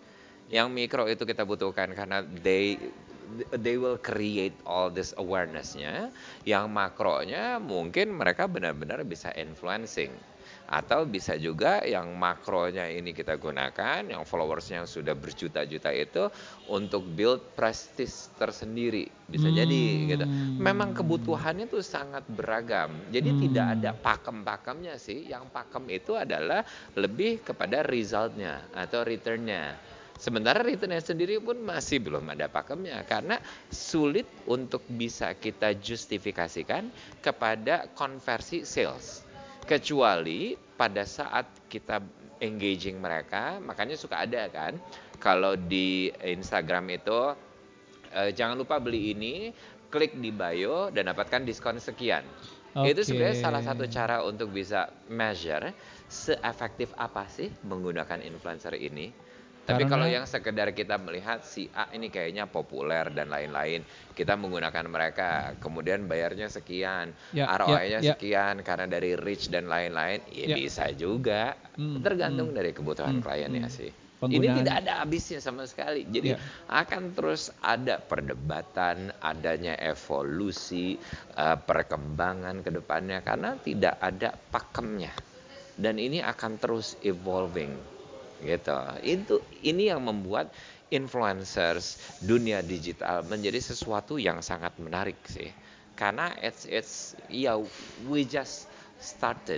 Yang mikro itu kita butuhkan karena they they will create all this awareness-nya. Yang makronya mungkin mereka benar-benar bisa influencing. Atau bisa juga yang makronya ini kita gunakan, yang followersnya yang sudah berjuta-juta itu untuk build prestige tersendiri. Bisa Hmm. jadi gitu. Memang kebutuhannya tuh sangat beragam. Jadi Hmm. tidak ada pakem-pakemnya sih. Yang pakem itu adalah lebih kepada resultnya atau returnnya. Sementara returnnya sendiri pun masih belum ada pakemnya. Karena sulit untuk bisa kita justifikasikan kepada konversi sales. Kecuali pada saat kita engaging mereka, makanya suka ada kan, kalau di Instagram itu eh, jangan lupa beli ini, klik di bio dan dapatkan diskon sekian. Oke. Itu sebenarnya salah satu cara untuk bisa measure seefektif apa sih menggunakan influencer ini. Tapi Karena- kalau yang sekedar kita melihat si A ini kayaknya populer dan lain-lain, kita menggunakan mereka, kemudian bayarnya sekian, Ya, R O I-nya ya, ya. sekian karena dari reach dan lain-lain, ya, Ya. bisa juga. Hmm, Tergantung hmm, dari kebutuhan hmm, kliennya hmm. sih. Ini Penggunaan- tidak ada habisnya sama sekali. Jadi Ya. akan terus ada perdebatan, adanya evolusi, uh, perkembangan ke depannya karena tidak ada pakemnya. Dan ini akan terus evolving. Gitu. Itu ini yang membuat influencers dunia digital menjadi sesuatu yang sangat menarik sih. Karena it's it's ya yeah, we just started.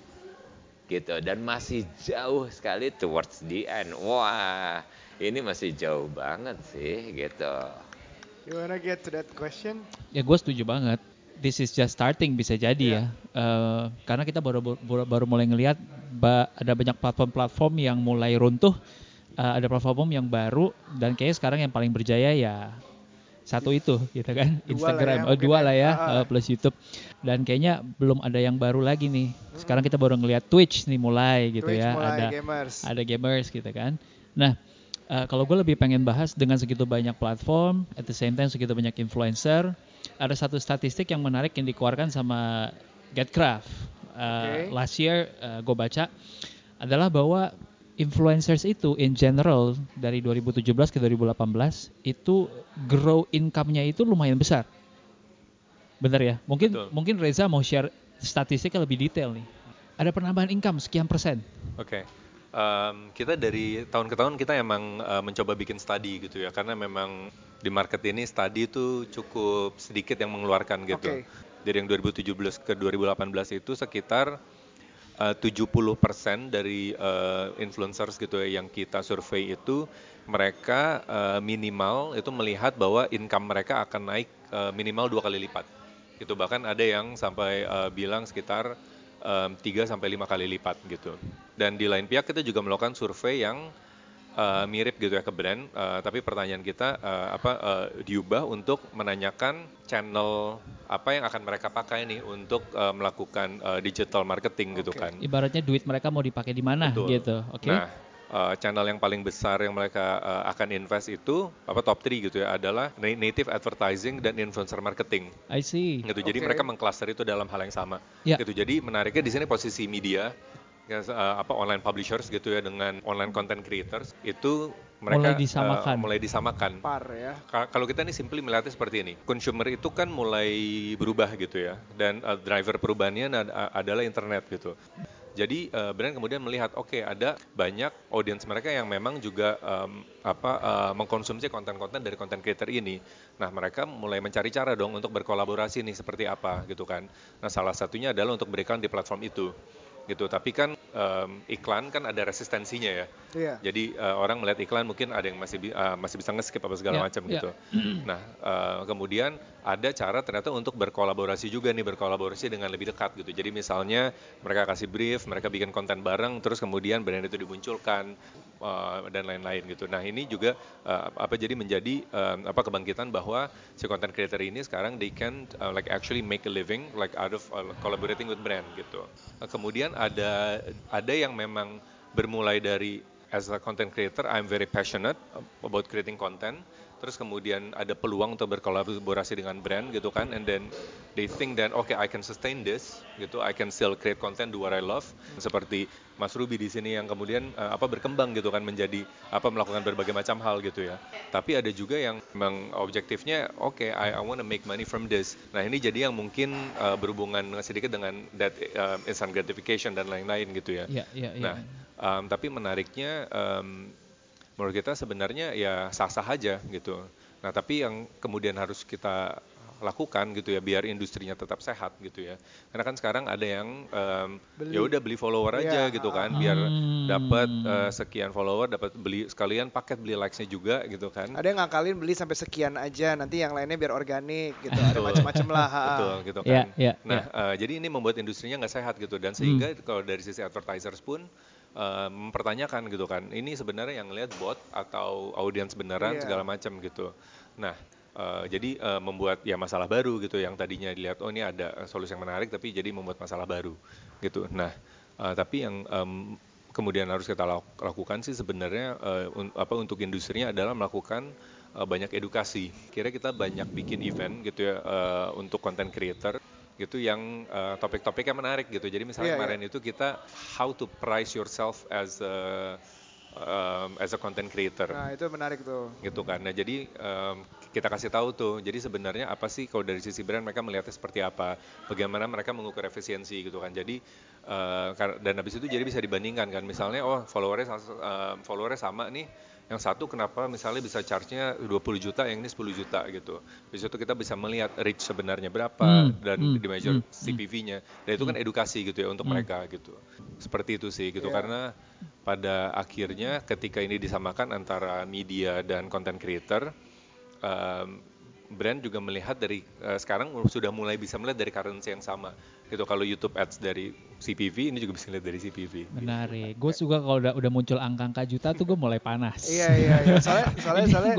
Gitu, dan masih jauh sekali towards the end. Wah, ini masih jauh banget sih gitu. You wanna get to that question? Ya gue setuju banget. This is just starting bisa jadi Yeah. ya. Uh, karena kita baru baru, baru mulai ngelihat ba- ada banyak platform-platform yang mulai runtuh. Uh, ada platform yang baru dan kayaknya sekarang yang paling berjaya ya satu itu gitu kan, Dua Instagram, lah ya, oh, dua mungkin lah ya. ya, Ah, ah. uh, plus YouTube. Dan kayaknya belum ada yang baru lagi nih. Sekarang kita baru ngelihat Twitch nih mulai gitu Twitch ya, mulai, ada gamers. ada gamers gitu kan. Nah, uh, kalau gue lebih pengen bahas dengan segitu banyak platform, at the same time segitu banyak influencer, ada satu statistik yang menarik yang dikeluarkan sama Getcraft. Uh, Oke. Last year uh, gue baca adalah bahwa influencers itu in general dari dua ribu tujuh belas ke dua ribu delapan belas itu grow income-nya itu lumayan besar. Benar ya? Mungkin Betul. mungkin Reza mau share statistiknya lebih detail nih. Ada penambahan income sekian persen. Oke. Um, kita dari tahun ke tahun kita emang uh, mencoba bikin study gitu ya, karena memang di market ini study itu cukup sedikit yang mengeluarkan gitu. Oke. Dari yang dua ribu tujuh belas ke dua ribu delapan belas itu sekitar uh, tujuh puluh persen dari uh, influencers gitu ya yang kita survei itu mereka uh, minimal itu melihat bahwa income mereka akan naik uh, minimal dua kali lipat. Itu bahkan ada yang sampai uh, bilang sekitar um, tiga sampai lima kali lipat gitu. Dan di lain pihak kita juga melakukan survei yang uh, mirip gitu ya ke brand, uh, tapi pertanyaan kita uh, apa uh, diubah untuk menanyakan channel apa yang akan mereka pakai nih untuk uh, melakukan uh, digital marketing gitu Oke. kan. Ibaratnya duit mereka mau dipakai di mana Betul. gitu. Oke. Nah, uh, channel yang paling besar yang mereka uh, akan invest itu apa top tiga gitu ya adalah native advertising dan influencer marketing. I see. Gitu. Jadi Oke. mereka mengcluster itu dalam hal yang sama. Ya. Gitu. Jadi menariknya di sini posisi media ya, uh, apa online publishers gitu ya dengan online content creators itu mereka Mulai disamakan. uh, mulai disamakan. Par ya. Ka- Kalau kita nih simply melihatnya seperti ini, consumer itu kan mulai berubah gitu ya, dan uh, driver perubahannya ad- adalah internet gitu. Jadi uh, brand kemudian melihat, oke okay, ada banyak audiens mereka yang memang juga um, apa uh, mengkonsumsi konten-konten dari content creator ini. Nah mereka mulai mencari cara dong untuk berkolaborasi nih seperti apa gitu kan. Nah salah satunya adalah untuk berikan di platform itu. Gitu. Tapi kan um, iklan kan ada resistensinya ya. Iya. Jadi uh, orang melihat iklan mungkin ada yang masih bi- uh, masih bisa nge-skip apa segala Ya, macam ya. gitu. Nah uh, kemudian ada cara ternyata untuk berkolaborasi juga nih, berkolaborasi dengan lebih dekat gitu. Jadi misalnya mereka kasih brief, mereka bikin konten bareng, terus kemudian brand itu dimunculkan uh, dan lain-lain gitu. Nah ini juga uh, apa jadi menjadi uh, apa kebangkitan bahwa si content creator ini sekarang they can uh, like actually make a living like out of uh, collaborating with brand gitu. Uh, kemudian ada ada yang memang bermulai dari as a content creator I'm very passionate about creating content, terus kemudian ada peluang untuk berkolaborasi dengan brand gitu kan, and then they think that okay I can sustain this gitu, I can still create content, do what I love, hmm. seperti Mas Ruby di sini yang kemudian uh, apa berkembang gitu kan menjadi apa melakukan berbagai macam hal gitu ya. Tapi ada juga yang memang objektifnya oke okay, I, I want to make money from this. Nah ini jadi yang mungkin uh, berhubungan sedikit dengan that uh, instant gratification dan lain-lain gitu ya. Yeah, yeah, yeah. Nah um, tapi menariknya um, menurut kita sebenarnya ya sah-sah aja gitu. Nah tapi yang kemudian harus kita lakukan gitu ya biar industrinya tetap sehat gitu ya. Karena kan sekarang ada yang um, ya udah beli follower aja yeah, gitu kan, biar hmm. dapat uh, sekian follower, dapat beli sekalian paket beli likes-nya juga gitu kan. Ada yang ngakalin beli sampai sekian aja, nanti yang lainnya biar organik gitu. Ada macam-macam lah. Betul gitu kan. Yeah, yeah, nah yeah. Uh, jadi ini membuat industrinya nggak sehat gitu dan sehingga hmm. kalau dari sisi advertisers pun Uh, mempertanyakan gitu kan, ini sebenarnya yang lihat bot atau audiens beneran yeah. segala macam gitu. Nah, uh, jadi uh, membuat ya masalah baru gitu yang tadinya dilihat oh ini ada solusi yang menarik tapi jadi membuat masalah baru gitu. Nah, uh, tapi yang um, kemudian harus kita lakukan sih sebenarnya uh, un- apa untuk industrinya adalah melakukan uh, banyak edukasi. Kira kita banyak bikin event gitu ya uh, untuk content creator gitu yang uh, topik-topiknya menarik gitu. Jadi misalnya yeah, kemarin yeah. itu kita how to price yourself as a um, as a content creator. Nah, itu menarik tuh. Gitu kan. Nah, jadi um, kita kasih tahu tuh. Jadi sebenarnya apa sih kalau dari sisi brand mereka melihatnya seperti apa? Bagaimana mereka mengukur efisiensi gitu kan. Jadi uh, dan habis itu jadi bisa dibandingkan kan. Misalnya oh followernya uh, followernya sama nih. Yang satu kenapa misalnya bisa charge-nya dua puluh juta, yang ini sepuluh juta gitu. Di situ kita bisa melihat reach sebenarnya berapa hmm, dan hmm, di measure hmm, C P V-nya. Dan itu hmm. kan edukasi gitu ya untuk hmm. mereka gitu. Seperti itu sih gitu yeah. Karena pada akhirnya ketika ini disamakan antara media dan content creator, um, brand juga melihat dari uh, sekarang sudah mulai bisa melihat dari currency yang sama gitu. Kalau YouTube Ads dari C P V, ini juga bisa lihat dari C P V. Menarik. Gue juga kalau udah udah muncul angka-angka juta tuh gue mulai panas. Iya iya iya. Soalnya soalnya soalnya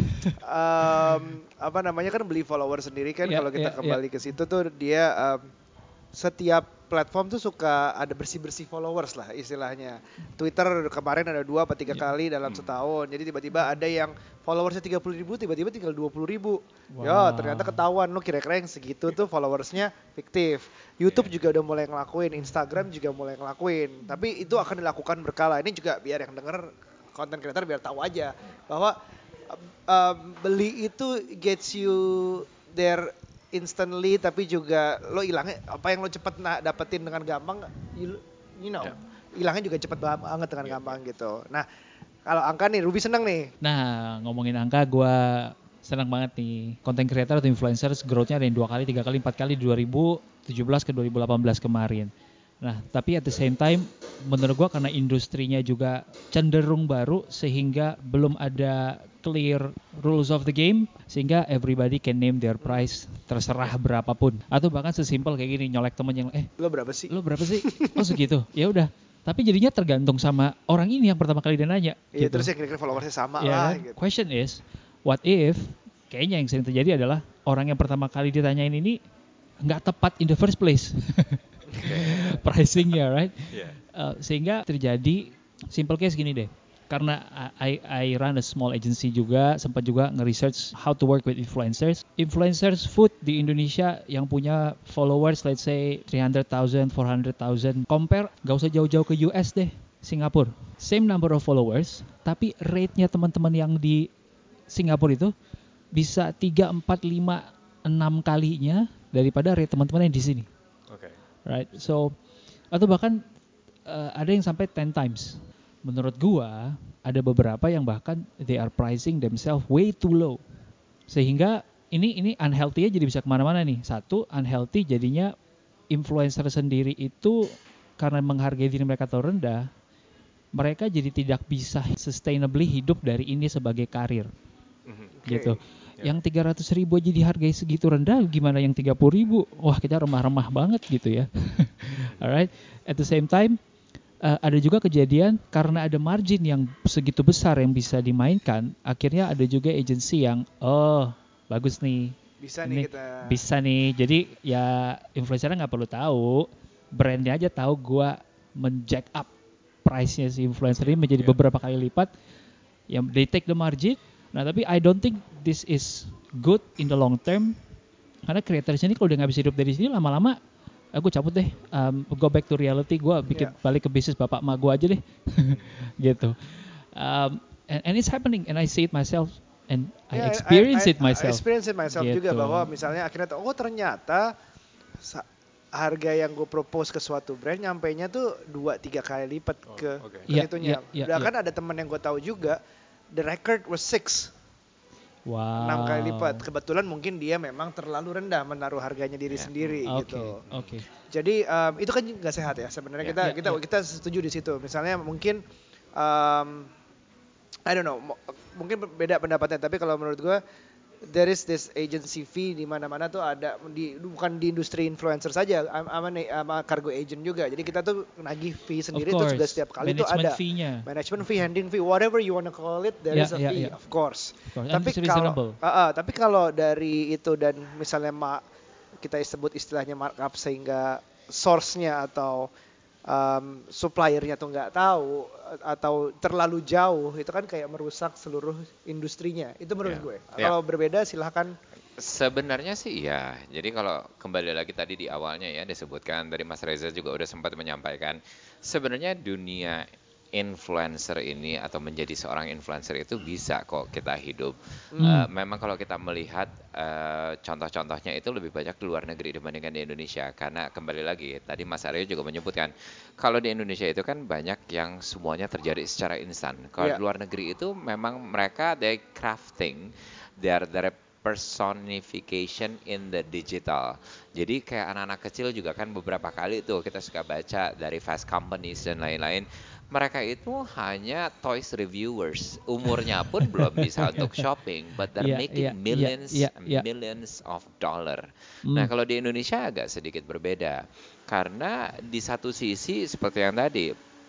um, apa namanya kan beli follower sendiri kan yeah, kalau kita yeah, kembali yeah. ke situ tuh dia um, setiap platform tuh suka ada bersih-bersih followers lah istilahnya. Twitter kemarin ada dua atau tiga yeah. kali dalam setahun. Jadi tiba-tiba ada yang followersnya tiga puluh ribu, tiba-tiba tinggal dua puluh ribu. Wow. Yo, ternyata ketahuan lo kira-kira yang segitu tuh followersnya fiktif. YouTube yeah. juga udah mulai ngelakuin, Instagram juga mulai ngelakuin. Tapi itu akan dilakukan berkala. Ini juga biar yang denger content creator biar tahu aja bahwa um, beli itu gets you there instantly, tapi juga lo hilangnya apa yang lo cepet na- dapetin dengan gampang, you, you know, hilangnya yeah. juga cepet banget dengan yeah. gampang gitu. Nah, kalau angka nih, Ruby seneng nih. Nah, ngomongin angka, gue seneng banget nih. Content creator atau influencers growth-nya ada yang dua kali, tiga kali, empat kali, dua ribu tujuh belas ke dua ribu delapan belas kemarin. Nah, tapi at the same time, menurut gue karena industrinya juga cenderung baru, sehingga belum ada clear rules of the game, sehingga everybody can name their price terserah berapapun. Atau bahkan sesimpel kayak gini, nyolek temen yang, eh lo berapa sih? Lo berapa sih? Oh segitu, ya udah. Tapi jadinya tergantung sama orang ini yang pertama kali dia nanya. Iya, gitu. Terus yang kira-kira followersnya sama ya, lah. Kan? Gitu. Question is, what if, kayaknya yang sering terjadi adalah orang yang pertama kali ditanyain ini nggak tepat in the first place. Pricingnya, right? Yeah. Uh, sehingga terjadi simple case gini deh. Karena I, I run a small agency juga, sempat juga nge-research how to work with influencers. Influencers food di Indonesia yang punya followers let's say three hundred thousand, four hundred thousand. Compare, gak usah jauh-jauh ke U S deh, Singapura. Same number of followers, tapi rate-nya teman-teman yang di Singapura itu bisa tiga, empat, lima, enam kalinya daripada rate teman-teman yang di sini. Oke. Okay. Right, so atau bahkan uh, ada yang sampai ten times. Menurut gua ada beberapa yang bahkan they are pricing themselves way too low, sehingga ini ini unhealthy jadi bisa kemana-mana nih. Satu, unhealthy jadinya influencer sendiri itu karena menghargai diri mereka terlalu rendah, mereka jadi tidak bisa sustainably hidup dari ini sebagai karir. Mm-hmm. Gitu. Yeah. Yang tiga ratus ribu aja dihargai segitu rendah, gimana yang tiga puluh ribu? Wah, kita remah-remah banget gitu ya. Alright. At the same time, uh, ada juga kejadian karena ada margin yang segitu besar yang bisa dimainkan, akhirnya ada juga agensi yang oh, bagus nih. Bisa nih kita. Bisa nih. Jadi ya influencer nggak perlu tahu, brandnya aja tahu gua men-jack up price-nya si influencer ini menjadi yeah. beberapa kali lipat. Yang they take the margin, Nah tapi I don't think this is good in the long term, karena creators ini kalau udah nggak bisa hidup dari sini lama-lama, aku cabut deh, um, go back to reality, gue bikin Yeah. balik ke bisnis bapak emak gue aja deh, gitu. Um, and, and it's happening, and I see it myself, and I Yeah, experience I, I, it myself. I experience it myself Gitu. juga, bahwa misalnya akhirnya oh ternyata sa- harga yang gue propose ke suatu brand nyampainya tuh dua tiga kali lipat Oh, ke, oke. ke Iya, situnya. iya, iya, Udah iya. kan ada teman yang gue tahu juga, the record was six. Wow. enam kali lipat. Kebetulan mungkin dia memang terlalu rendah menaruh harganya diri Ya. sendiri Oke, gitu. oke. Jadi um, itu kan nggak sehat ya sebenarnya. Ya. Kita Ya, kita ya. kita setuju di situ. Misalnya mungkin um, I don't know, mo- mungkin beda pendapatnya, tapi kalau menurut gue there is this agency fee di mana-mana tuh ada, di bukan di industri influencer saja, am- ama nih- ama cargo agent juga. Jadi kita tuh nagih fee sendiri Of tuh course. juga setiap kali tuh Management ada. fee-nya. Management fee, handling fee, whatever you wanna call it, there Yeah, is a yeah, fee, yeah. of course. Of course. And Tapi it's kalau reasonable. uh, uh, tapi kalau dari itu dan misalnya ma, kita sebut istilahnya markup sehingga source-nya atau um, suppliernya tuh nggak tahu atau terlalu jauh, itu kan kayak merusak seluruh industrinya. Itu menurut Ya. gue. Ya. Kalau berbeda silahkan. Sebenarnya sih ya. Jadi kalau kembali lagi tadi di awalnya ya disebutkan, dari Mas Reza juga udah sempat menyampaikan, sebenarnya dunia influencer ini atau menjadi seorang influencer itu bisa kok kita hidup. Hmm. Eh, memang kalau kita melihat eh, contoh-contohnya itu lebih banyak di luar negeri dibandingkan di Indonesia. Karena kembali lagi tadi Mas Aryo juga menyebutkan, kalau di Indonesia itu kan banyak yang semuanya terjadi secara instan. Kalau Yeah. di luar negeri itu memang mereka they crafting their their personification in the digital. Jadi kayak anak-anak kecil juga kan beberapa kali tuh kita suka baca dari fast companies dan lain-lain. Mereka itu hanya toys reviewers. Umurnya pun belum bisa untuk shopping, but they're Iya, making iya, iya, millions iya, and iya. millions of dollar. Hmm. Nah, kalau di Indonesia agak sedikit berbeda. Karena di satu sisi seperti yang tadi,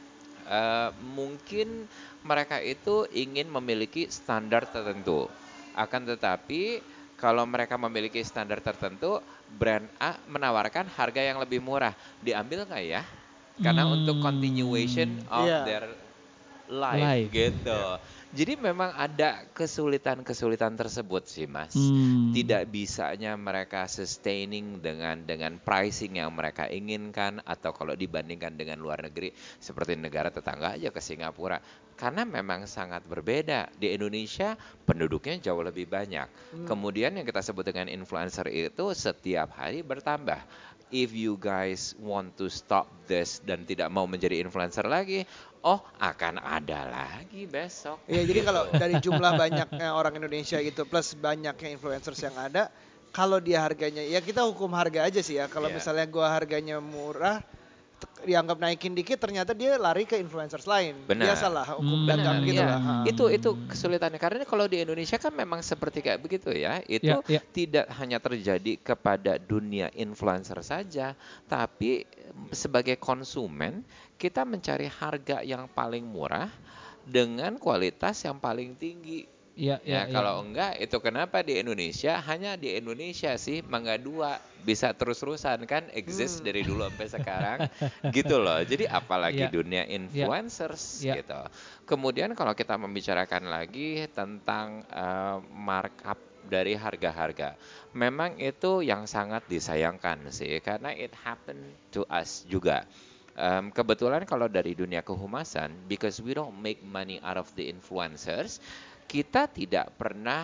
Uh, mungkin mereka itu ingin memiliki standar tertentu. Akan tetapi kalau mereka memiliki standar tertentu, brand A menawarkan harga yang lebih murah. Diambil nggak ya? Karena untuk continuation of Yeah. their life, Life. gitu. Jadi memang ada kesulitan-kesulitan tersebut sih, Mas. Hmm. Tidak bisanya mereka sustaining dengan dengan pricing yang mereka inginkan, atau kalau dibandingkan dengan luar negeri seperti negara tetangga aja ke Singapura. Karena memang sangat berbeda. Di Indonesia penduduknya jauh lebih banyak. Hmm. Kemudian yang kita sebut dengan influencer itu setiap hari bertambah. If you guys want to stop this dan tidak mau menjadi influencer lagi, oh akan ada lagi besok. Iya, jadi Gitu. kalau dari jumlah banyaknya orang Indonesia gitu plus banyaknya influencers yang ada, kalau dia harganya, ya kita hukum harga aja sih ya. Kalau Iya. misalnya gua harganya murah, te- dianggap naikin dikit, ternyata dia lari ke influencers lain. Benar. Biasalah hukum Hmm. dagang Benar, gitu ya. lah. Ha. Itu itu kesulitannya, karena kalau di Indonesia kan memang seperti kayak begitu ya. Itu Ya, ya. tidak hanya terjadi kepada dunia influencer saja, tapi sebagai konsumen kita mencari harga yang paling murah dengan kualitas yang paling tinggi. Iya, iya, Ya, iya. kalau enggak, itu kenapa di Indonesia, hanya di Indonesia sih Mangga Dua bisa terus-terusan kan exist Hmm. dari dulu sampai sekarang gitu loh. Jadi apalagi Iya. dunia influencers Iya. gitu. Kemudian kalau kita membicarakan lagi tentang eh, markup dari harga-harga, memang itu yang sangat disayangkan sih, karena it happen to us juga. Um, kebetulan kalau dari dunia kehumasan, because we don't make money out of the influencers, kita tidak pernah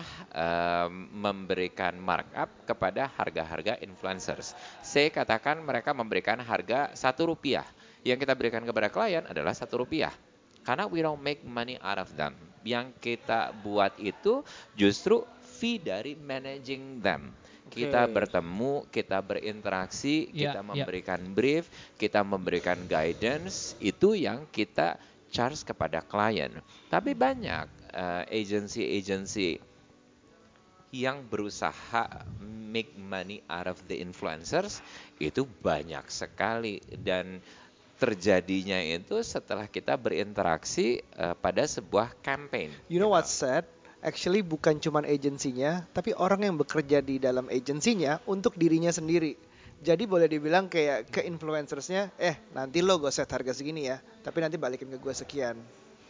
um, memberikan markup kepada harga-harga influencers. Saya katakan mereka memberikan harga satu rupiah. Yang kita berikan kepada klien adalah satu rupiah. Karena we don't make money out of them. Yang kita buat itu justru fee dari managing them. Kita Oke. bertemu, kita berinteraksi, Ya, kita ya. memberikan brief, kita memberikan guidance, itu yang kita charge kepada klien. Tapi banyak uh, agency-agency yang berusaha make money out of the influencers, itu banyak sekali, dan terjadinya itu setelah kita berinteraksi uh, pada sebuah campaign. You know gitu. what's sad? Actually bukan cuman agensinya, tapi orang yang bekerja di dalam agensinya untuk dirinya sendiri. Jadi boleh dibilang kayak ke influencersnya, eh nanti lo gue set harga segini ya, tapi nanti balikin ke gue sekian.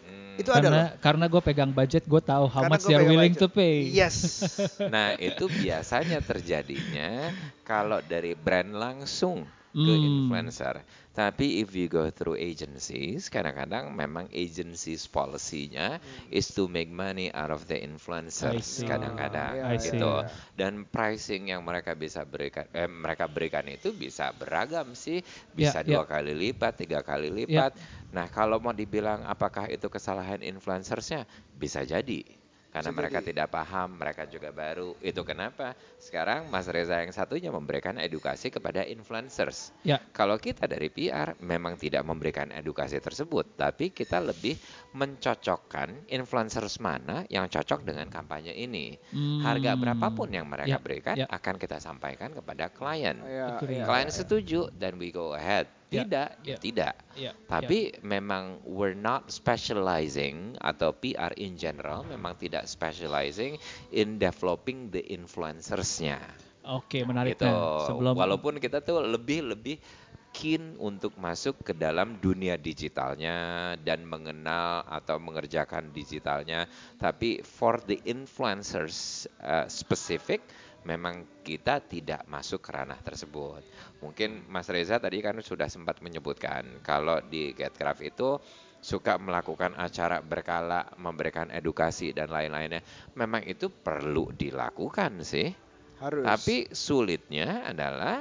Hmm. Itu ada loh. Karena karena gue pegang budget, gue tahu how Karena much gua they're pegang willing budget. to pay. Yes. Nah, itu biasanya terjadinya kalau dari brand langsung ke Hmm. influencer. Tapi if you go through agencies, kadang-kadang memang agencies policy-nya is to make money out of the I influencers see. kadang-kadang Ah, iya, gitu. iya, iya. Dan pricing yang mereka bisa berikan eh, mereka berikan itu bisa beragam sih, bisa Ya, dua ya. kali lipat, tiga kali lipat. Nah, kalau mau dibilang apakah itu kesalahan influencersnya, bisa jadi. Karena Bisa mereka jadi. tidak paham, mereka juga baru. Itu kenapa sekarang Mas Reza yang satunya memberikan edukasi kepada influencers. Ya. Kalau kita dari P R memang tidak memberikan edukasi tersebut, tapi kita lebih mencocokkan influencers mana yang cocok dengan kampanye ini. Harga Hmm. berapapun yang mereka Ya, berikan ya. akan kita sampaikan kepada klien. Iya, Agree. iya, Klien iya. setuju, then we go ahead. Ya, Tidak, ya. ya tidak. Ya, Tapi memang we're not specializing atau P R in general memang tidak specializing in developing the influencers-nya. Oke, menarik. Gitu. Nah, sebelum Walaupun kita tuh lebih-lebih keen untuk masuk ke dalam dunia digitalnya dan mengenal atau mengerjakan digitalnya, tapi for the influencers uh, specific memang kita tidak masuk ke ranah tersebut. Mungkin Mas Reza tadi kan sudah sempat menyebutkan kalau di GetCraft itu suka melakukan acara berkala, memberikan edukasi dan lain-lainnya. Memang itu perlu dilakukan sih. Harus. Tapi sulitnya adalah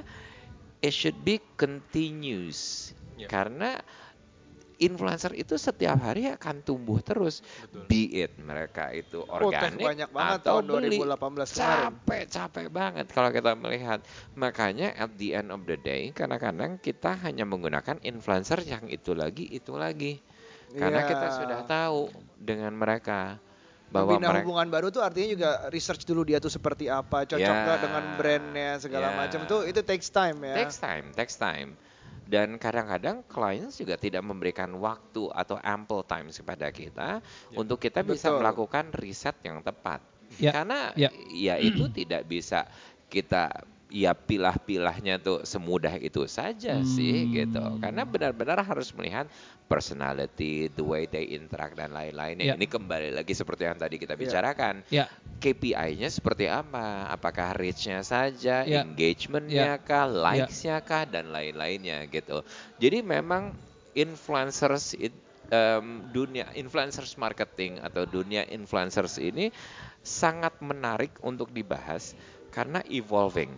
it should be continuous. Ya. Karena influencer itu setiap hari akan tumbuh terus. Betul. Be it mereka itu Oh, teh organik banyak banget atau tahun dua ribu beli. delapan belas kemarin. Capek-capek banget kalau kita melihat. Makanya at the end of the day kadang-kadang kita hanya menggunakan influencer yang itu lagi, itu lagi. Karena Iya. kita sudah tahu dengan mereka bahwa Membina mereka hubungan baru tuh artinya juga research dulu dia tuh seperti apa, cocok Ya, nggak dengan brandnya segala ya. macam tuh itu takes time ya. Takes time, takes time. Dan kadang-kadang clients juga tidak memberikan waktu atau ample time kepada kita untuk kita bisa Betul. melakukan riset yang tepat. Ya, Karena ya. ya itu tidak bisa kita ya pilah-pilahnya tuh semudah itu saja sih Hmm. gitu. Karena benar-benar harus melihat personality, the way they interact dan Ya. lain-lainnya. Ini kembali lagi seperti yang tadi kita Ya. bicarakan. Ya. K P I-nya seperti apa? Apakah reach-nya saja, Ya. engagement-nya Ya. kah, likes-nya kah, dan lain-lainnya gitu. Jadi memang influencers it, um, dunia influencers marketing atau dunia influencers ini sangat menarik untuk dibahas karena evolving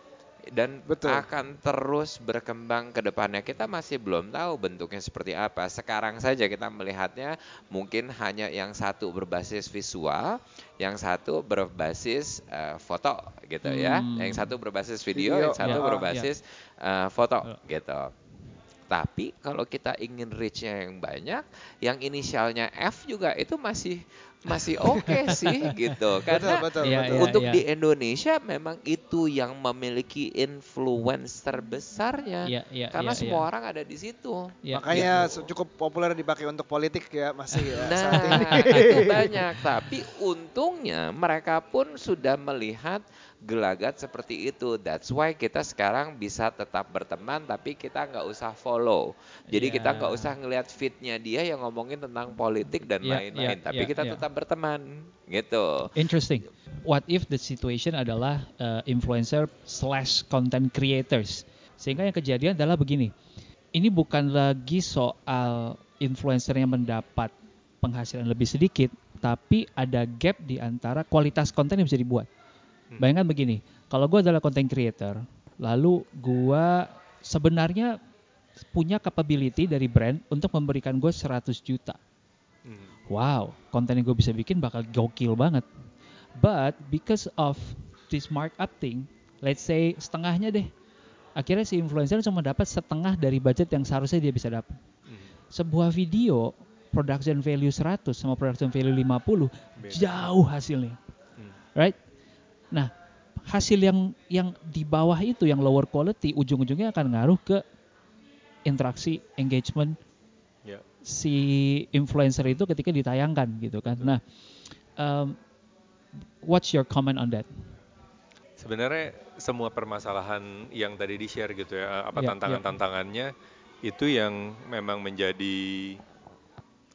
dan Betul. akan terus berkembang ke depannya. Kita masih belum tahu bentuknya seperti apa. Sekarang saja kita melihatnya mungkin hanya yang satu berbasis visual, yang satu berbasis uh, foto gitu ya. Hmm. Yang satu berbasis video, Video, yang satu ya. berbasis uh, foto Ya. gitu. Tapi kalau kita ingin reach-nya yang banyak, yang inisialnya F juga itu masih masih oke sih gitu. Karena betul, Ya, betul. ya. untuk di Indonesia memang itu yang memiliki influence terbesarnya. Ya, ya, Karena ya, semua ya. orang ada di situ. Ya, Makanya Gitu. cukup populer dipakai untuk politik ya masih ya Nah, saat ini. itu banyak. Tapi untungnya mereka pun sudah melihat gelagat seperti itu. That's why kita sekarang bisa tetap berteman, tapi kita nggak usah follow. Jadi Ya. kita nggak usah ngelihat feednya dia yang ngomongin tentang politik dan Ya, lain-lain. ya, Tapi ya, kita ya. tetap berteman, gitu. Interesting. What if the situation adalah uh, influencer slash content creators? Sehingga yang kejadian adalah begini. Ini bukan lagi soal influencer yang mendapat penghasilan lebih sedikit, tapi ada gap di antara kualitas konten yang bisa dibuat. Bayangkan begini, kalau gue adalah content creator, lalu gue sebenarnya punya capability dari brand untuk memberikan gue seratus juta. Wow, konten yang gue bisa bikin bakal gokil banget. But because of this markup thing, let's say setengahnya deh. Akhirnya si influencer cuma dapat setengah dari budget yang seharusnya dia bisa dapat. Sebuah video production value seratus sama production value lima puluh Beda. jauh hasilnya. Right? Nah, hasil yang yang di bawah itu yang lower quality ujung-ujungnya akan ngaruh ke interaksi engagement Ya. si influencer itu ketika ditayangkan gitu kan. Nah, um, what's your comment on that? Sebenarnya semua permasalahan yang tadi di-share gitu ya, apa Ya, tantangan-tantangannya itu yang memang menjadi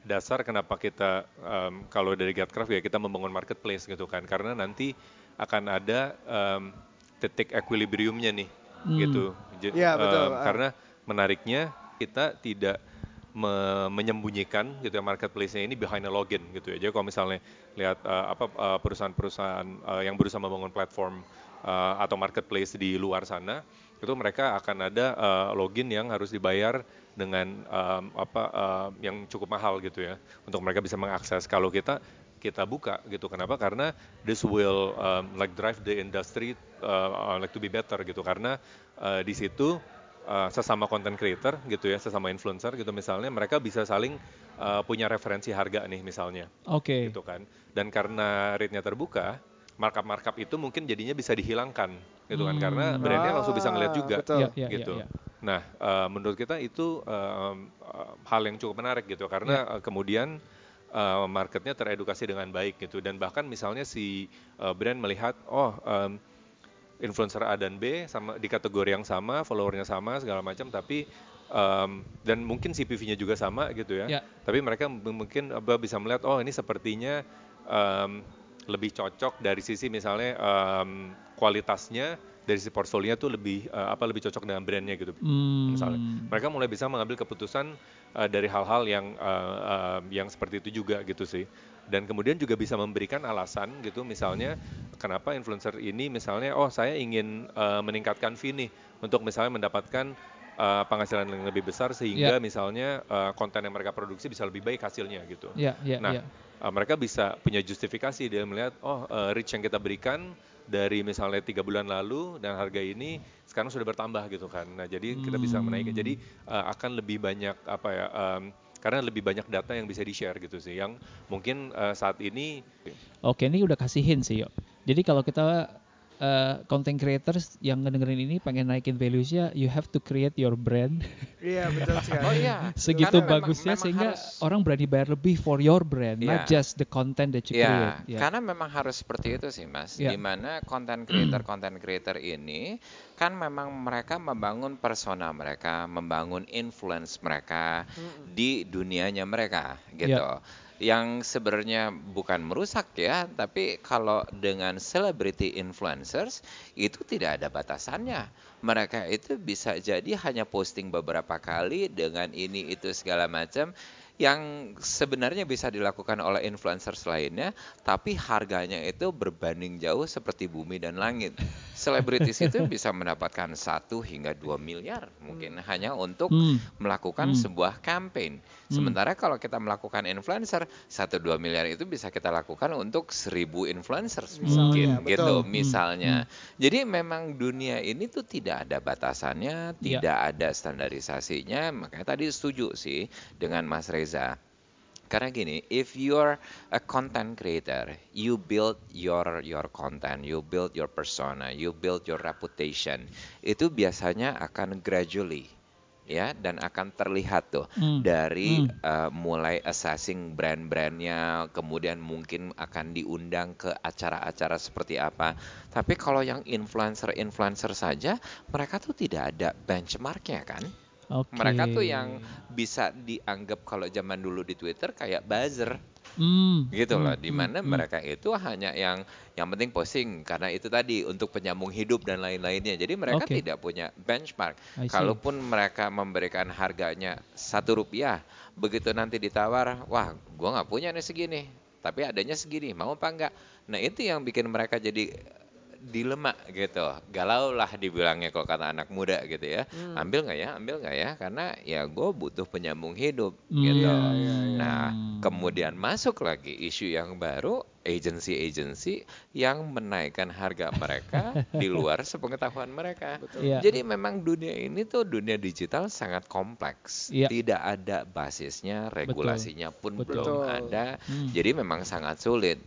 dasar kenapa kita um, kalau dari GetCraft ya kita membangun marketplace gitu kan, karena nanti akan ada um, titik equilibriumnya nih Hmm. gitu. J- Iya, betul. um, Ah. karena menariknya kita tidak me- menyembunyikan gitu ya marketplace-nya ini behind a login gitu ya. Jadi kalau misalnya lihat uh, apa uh, perusahaan-perusahaan uh, yang berusaha membangun platform uh, atau marketplace di luar sana, itu mereka akan ada uh, login yang harus dibayar dengan um, apa uh, yang cukup mahal gitu ya untuk mereka bisa mengakses. Kalau kita kita buka gitu, kenapa? Karena this will um, like drive the industry uh, like to be better gitu, karena uh, di situ uh, sesama content creator gitu ya, sesama influencer gitu misalnya, mereka bisa saling uh, punya referensi harga nih misalnya. Oke. Gitu kan. Dan karena rate-nya terbuka, markup-markup itu mungkin jadinya bisa dihilangkan gitu kan, karena Hmm. brandnya langsung bisa ngeliat Ah, juga betul. Ya, ya, gitu. ya, ya. Nah, uh, menurut kita itu uh, uh, hal yang cukup menarik gitu, karena uh, kemudian uh, marketnya teredukasi dengan baik gitu, dan bahkan misalnya si uh, brand melihat, oh um, influencer A dan B sama di kategori yang sama, followernya sama segala macam, tapi um, dan mungkin C P V-nya juga sama gitu ya, Ya. tapi mereka m- mungkin apa, bisa melihat, oh ini sepertinya um, lebih cocok dari sisi misalnya um, kualitasnya, dari sisi portfolionya tuh lebih uh, apa lebih cocok dengan brandnya gitu. Hmm. Misalnya mereka mulai bisa mengambil keputusan uh, dari hal-hal yang uh, uh, yang seperti itu juga gitu sih, dan kemudian juga bisa memberikan alasan gitu, misalnya kenapa influencer ini misalnya, oh saya ingin uh, meningkatkan fee nih untuk misalnya mendapatkan uh, penghasilan yang lebih besar, sehingga Ya. misalnya uh, konten yang mereka produksi bisa lebih baik hasilnya gitu. Ya, ya, Nah, ya. uh, mereka bisa punya justifikasi, dia melihat, oh uh, reach yang kita berikan dari misalnya tiga bulan lalu dan harga ini sekarang sudah bertambah gitu kan. Nah, jadi kita bisa menaikkan. Jadi uh, akan lebih banyak apa ya? Um, karena lebih banyak data yang bisa di-share gitu sih, yang mungkin uh, saat ini. Oke, ini udah kasihin sih, yo. Jadi kalau kita uh, content creators yang ngedengerin ini pengen naikin values-nya, you have to create your brand. Iya, betul sekali. Oh iya, Segitu karena memang- bagusnya memang sehingga harus- orang berani bayar lebih for your brand, not Iya. just the content that you Ya, create. Ya. karena memang harus seperti itu sih Mas. Ya. Dimana content creator content creator ini kan memang mereka membangun persona mereka, membangun influence mereka di dunianya mereka gitu. Yang sebenarnya bukan merusak ya, tapi kalau dengan celebrity influencers itu tidak ada batasannya. Mereka itu bisa jadi hanya posting beberapa kali dengan ini itu segala macam, yang sebenarnya bisa dilakukan oleh influencers lainnya, tapi harganya itu berbanding jauh seperti bumi dan langit. Selebritis itu bisa mendapatkan satu hingga dua miliar mungkin hanya untuk Hmm. melakukan Hmm. sebuah campaign. Hmm. Sementara kalau kita melakukan influencer, satu dua miliar itu bisa kita lakukan untuk seribu influencers Misalnya, mungkin gitu betul. misalnya. Jadi memang dunia ini tuh tidak ada batasannya, Ya. tidak ada standarisasinya. Makanya tadi setuju sih dengan Mas Reza. Karena gini, if you're a content creator, you build your your content, you build your persona, you build your reputation. Itu biasanya akan gradually, ya, dan akan terlihat tuh Hmm. dari Hmm. uh, mulai assessing brand-brandnya, kemudian mungkin akan diundang ke acara-acara seperti apa. Tapi kalau yang influencer-influencer saja, mereka tuh tidak ada benchmarknya kan? Oke. Mereka tuh yang bisa dianggap kalau zaman dulu di Twitter kayak buzzer Hmm. gitu loh, Hmm. dimana Hmm. mereka itu hanya yang yang penting posting karena itu tadi untuk penyambung hidup dan lain-lainnya. Jadi mereka Oke. tidak punya benchmark. I see. Kalaupun mereka memberikan harganya satu rupiah, begitu nanti ditawar, wah, gua nggak punya nih segini, tapi adanya segini, mau apa enggak? Nah itu yang bikin mereka jadi dilema gitu, galau lah dibilangnya kalau kata anak muda gitu ya. Ambil nggak ya, ambil nggak ya, karena ya gue butuh penyambung hidup gitu. Iya, iya, iya. Nah kemudian masuk lagi isu yang baru, agency-agency yang menaikkan harga mereka di luar sepengetahuan mereka. Iya. Jadi memang dunia ini tuh dunia digital sangat kompleks, Iya. tidak ada basisnya, regulasinya pun Betul. belum Betul. ada. Hmm. Jadi memang sangat sulit.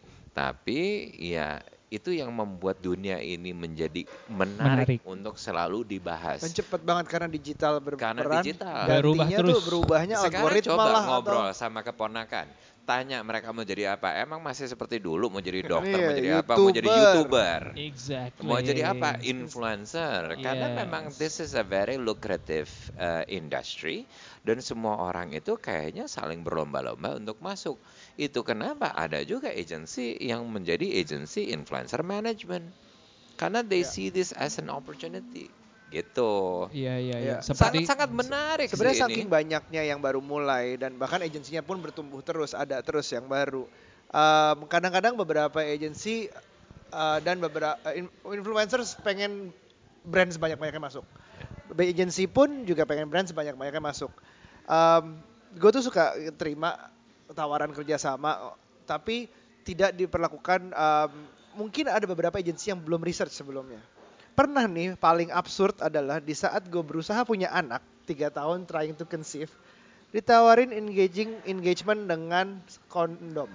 Tapi ya itu yang membuat dunia ini menjadi menarik, Menarik. untuk selalu dibahas. Dan cepet banget karena digital berperan. Karena digital. Berubah Gantinya terus. tuh berubahnya Sekarang algoritma coba lah ngobrol atau sama keponakan. tanya mereka mau jadi apa, emang masih seperti dulu mau jadi dokter, Iya, mau jadi apa, mau jadi YouTuber. YouTuber. Exactly. Mau jadi apa? Influencer. Karena Yes. memang this is a very lucrative uh, industry dan semua orang itu kayaknya saling berlomba-lomba untuk masuk. Itu kenapa ada juga agency yang menjadi agency influencer management. Karena they Ya. see this as an opportunity. Gitu. Iya iya iya. Ya. Seperti Sangat-sangat menarik Sebenarnya sih saking ini. banyaknya yang baru mulai dan bahkan agensinya pun bertumbuh terus, ada terus yang baru. Um, kadang-kadang beberapa agensi uh, dan beberapa uh, in- influencers pengen brand sebanyak-banyaknya masuk. Agensi pun juga pengen brand sebanyak-banyaknya masuk. Um, gue tuh suka terima tawaran kerjasama, tapi tidak diperlakukan. Um, mungkin ada beberapa agensi yang belum research sebelumnya. Pernah nih paling absurd adalah di saat gue berusaha punya anak tiga tahun trying to conceive, ditawarin engaging engagement dengan kondom.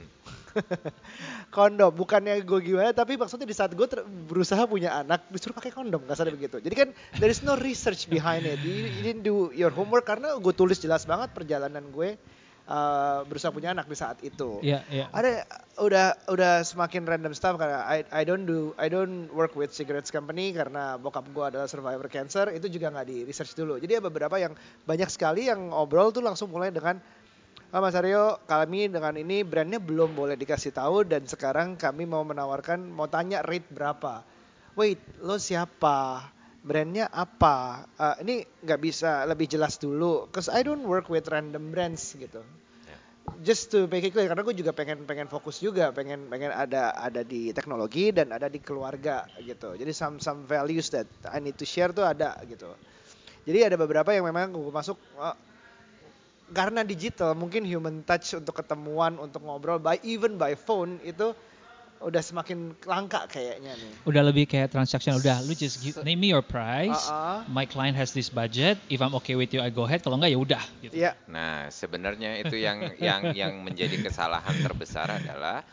Kondom, bukannya gue gimana, tapi maksudnya di saat gue ter- berusaha punya anak disuruh pakai kondom, kasarnya begitu. Jadi kan there is no research behind it. You, you didn't do your homework karena gue tulis jelas banget perjalanan gue uh, berusaha punya anak di saat itu. Iya iya. Ada udah udah semakin random stuff karena I I don't do I don't work with cigarettes company karena bokap gue adalah survivor cancer, itu juga nggak di research dulu. Jadi ada beberapa yang banyak sekali yang ngobrol tuh langsung mulai dengan, oh, Mas Aryo, kami dengan ini brandnya belum boleh dikasih tahu dan sekarang kami mau menawarkan, mau tanya rate berapa. Wait, lo siapa? Brandnya apa? Uh, ini nggak bisa lebih jelas dulu, cause I don't work with random brands gitu. Just to make it clear, karena gue juga pengen pengen fokus juga, pengen pengen ada ada di teknologi dan ada di keluarga gitu. Jadi some some values that I need to share tuh ada gitu. Jadi ada beberapa yang memang gue masuk. Uh, Karena digital, mungkin human touch untuk ketemuan, untuk ngobrol, by even by phone itu udah semakin langka kayaknya nih. Udah lebih kayak transactional. Udah, lu just give, name me your price. Uh-uh. My client has this budget. If I'm okay with you, I go ahead. Kalau enggak ya udah. Gitu. Iya. Nah, sebenarnya itu yang yang yang menjadi kesalahan terbesar adalah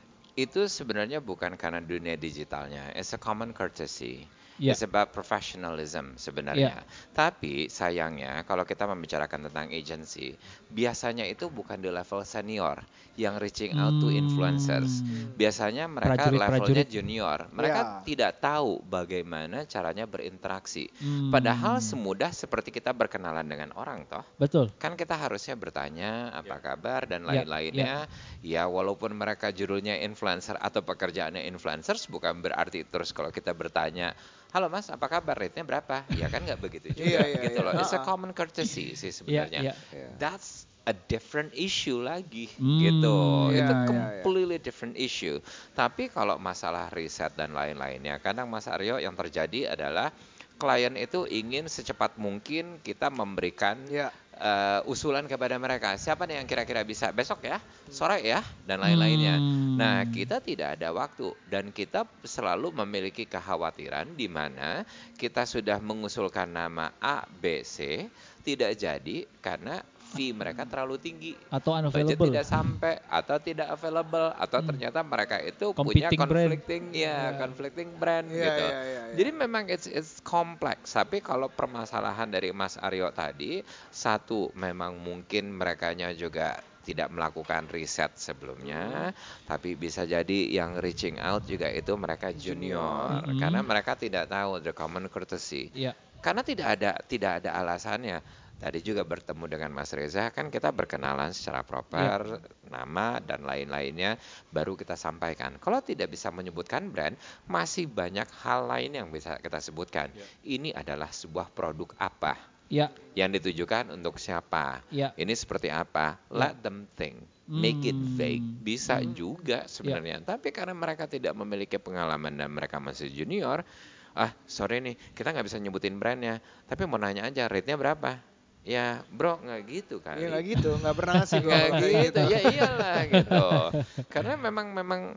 itu sebenarnya bukan karena dunia digitalnya. It's a common courtesy. Yeah. It's about professionalism sebenarnya. Tapi sayangnya kalau kita membicarakan tentang agency, biasanya itu bukan di level senior yang reaching out to influencers. Biasanya mereka levelnya junior. Mereka Yeah. tidak tahu bagaimana caranya berinteraksi. Hmm. Padahal semudah seperti kita berkenalan dengan orang toh. Betul. Kan kita harusnya bertanya apa kabar dan Ya, lain-lainnya. Ya walaupun mereka judulnya influencer atau pekerjaannya influencers, bukan berarti terus kalau kita bertanya, halo mas, apa kabar, rate-nya berapa? Ya kan nggak begitu juga Iya, iya, gitu iya. loh. It's a Uh-uh. common courtesy sih sebenarnya. Iya, iya. That's a different issue lagi Hmm. gitu. Iya, Itu iya, iya. completely different issue. Tapi kalau masalah riset dan lain-lainnya, kadang Mas Aryo yang terjadi adalah klien itu ingin secepat mungkin kita memberikan Iya. uh, usulan kepada mereka. Siapa nih yang kira-kira bisa besok ya, sore ya, dan lain-lainnya. Hmm. Nah, kita tidak ada waktu dan kita selalu memiliki kekhawatiran di mana kita sudah mengusulkan nama A, B, C, tidak jadi karena fee mereka terlalu tinggi, Atau budget unavailable. tidak sampai atau tidak available atau Hmm. ternyata mereka itu Competing punya conflicting brand. ya Yeah. conflicting brand Iya, gitu. iya, iya, iya. Jadi memang it's it's kompleks. Tapi kalau permasalahan dari Mas Aryo tadi, satu memang mungkin merekanya juga tidak melakukan riset sebelumnya, hmm. tapi bisa jadi yang reaching out juga itu mereka junior, Hmm. karena mereka tidak tahu the common courtesy. Iya. Karena tidak ada tidak ada alasannya. Tadi juga bertemu dengan Mas Reza, kan kita berkenalan secara proper, nama dan lain-lainnya, baru kita sampaikan. Kalau tidak bisa menyebutkan brand, masih banyak hal lain yang bisa kita sebutkan. Ini adalah sebuah produk apa? Ya. Yang ditujukan untuk siapa? Ya. Ini seperti apa? Let them think. Make it vague. Bisa Hmm. juga sebenarnya. Tapi karena mereka tidak memiliki pengalaman dan mereka masih junior, ah sorry nih, kita nggak bisa nyebutin brandnya. Tapi mau nanya aja, rate-nya berapa? Ya bro, nggak gitu kali. Iya nggak gitu, nggak pernah ngasih gue. Nggak gitu, ya iyalah gitu. Karena memang memang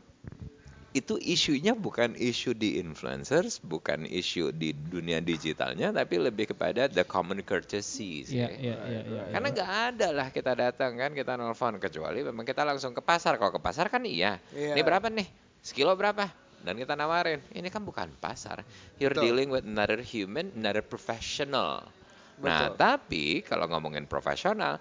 itu isunya bukan isu di influencers, bukan isu di dunia digitalnya, tapi lebih kepada the common courtesy sih. Iya, iya, iya, iya. Karena nggak ada lah kita datang kan, kita nelfon, kecuali memang kita langsung ke pasar. Kalau ke pasar kan iya. Iya. Ini berapa nih? Sekilo berapa? Dan kita nawarin. Ini kan bukan pasar. You're Betul. dealing with another human, another professional. Nah, Betul. tapi kalau ngomongin profesional,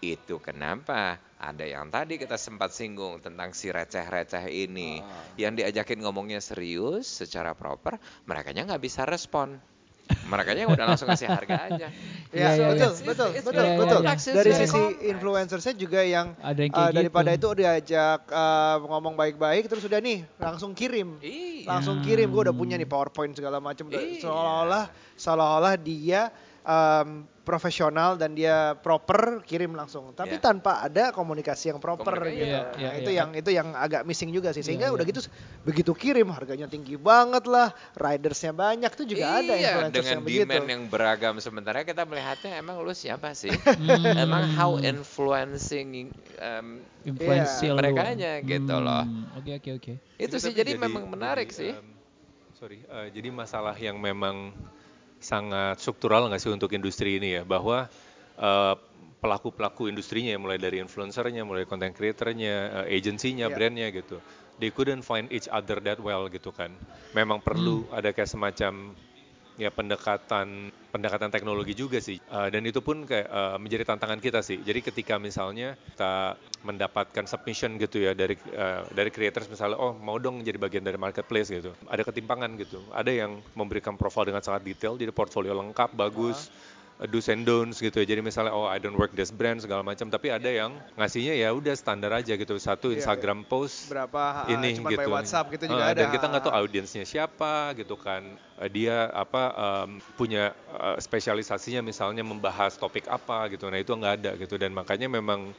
Itu kenapa ada yang tadi kita sempat singgung tentang si receh-receh ini. Ah. Yang diajakin ngomongnya serius secara proper, merekanya nggak bisa respon. Merekanya udah langsung kasih harga aja. Ya, Iya, iya, betul, iya. betul, It's betul, very betul. complex, it's Dari very sisi complex. influencersnya juga yang Ada yang uh, kayak daripada gitu. itu diajak uh, ngomong baik-baik, terus udah nih langsung kirim, Iya. langsung kirim. Gue udah punya nih PowerPoint segala macam. udah Iya. Seolah-olah, seolah-olah dia um, profesional dan dia proper kirim langsung. Tapi Iya. tanpa ada komunikasi yang proper Komunikasi, gitu. iya, Nah, iya, itu iya. yang itu yang agak missing juga sih. Sehingga Iya, udah iya. gitu begitu kirim harganya tinggi banget lah, ridersnya banyak tuh juga ada Iya, influencers dengan yang begitu. demand yang beragam sementara kita melihatnya emang lu siapa sih? Hmm. Emang how influencing um, Influential lu. merekanya gitu loh. Hmm, Oke oke oke. Itu sih tapi jadi, memang menarik jadi, sih. em, sorry, eh, jadi masalah yang memang sangat struktural nggak sih untuk industri ini ya, bahwa eh, pelaku-pelaku industrinya mulai dari influencernya, mulai content creatornya, eh, agensinya, Iya. brandnya gitu, they couldn't find each other that well gitu kan. Memang perlu ada kayak semacam ya pendekatan pendekatan teknologi juga sih. Uh, dan itu pun kayak uh, menjadi tantangan kita sih. Jadi ketika misalnya kita mendapatkan submission gitu ya dari uh, dari creators misalnya, oh mau dong jadi bagian dari marketplace gitu, ada ketimpangan gitu. Ada yang memberikan profile dengan sangat detail, jadi portfolio lengkap, bagus, uh, do's and don'ts gitu ya. Jadi misalnya oh I don't work this brand segala macam, tapi ada yang ngasihnya ya udah standar aja gitu, satu Iya, Instagram post berapa uh, ini cuman gitu. by WhatsApp gitu juga Uh, ada. dan kita nggak tahu audiensnya siapa gitu kan. Uh, dia apa um, punya uh, spesialisasinya misalnya membahas topik apa gitu. Nah itu nggak ada gitu, dan makanya memang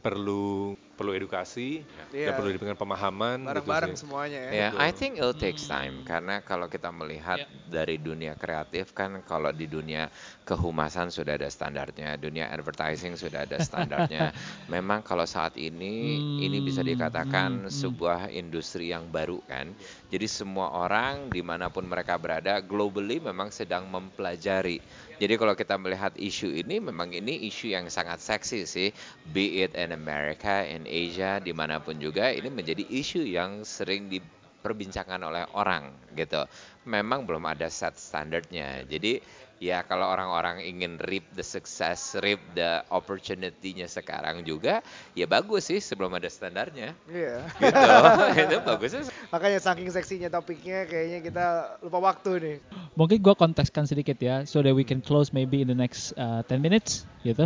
perlu perlu edukasi Iya. dan perlu diberikan pemahaman Bareng-bareng gitu sih. semuanya ya. Ya, Betul. I think it takes time karena kalau kita melihat Ya. dari dunia kreatif kan, kalau di dunia kehumasan sudah ada standarnya, dunia advertising sudah ada standarnya. Memang kalau saat ini ini bisa Hmm, dikatakan hmm, hmm. sebuah industri yang baru kan. Jadi semua orang dimanapun mereka berada globally memang sedang mempelajari. Jadi kalau kita melihat isu ini, memang ini isu yang sangat seksi sih, be it in America, in Asia, dimanapun juga ini menjadi isu yang sering diperbincangkan oleh orang gitu. Memang belum ada set standarnya. Jadi ya kalau orang-orang ingin reap the success, reap the opportunity-nya sekarang juga, ya bagus sih sebelum ada standarnya. Iya. Gitu. Itu bagusnya. Makanya saking seksinya topiknya kayaknya kita lupa waktu nih. Mungkin gue kontekskan sedikit ya, so that we can close maybe in the next uh, ten minutes gitu.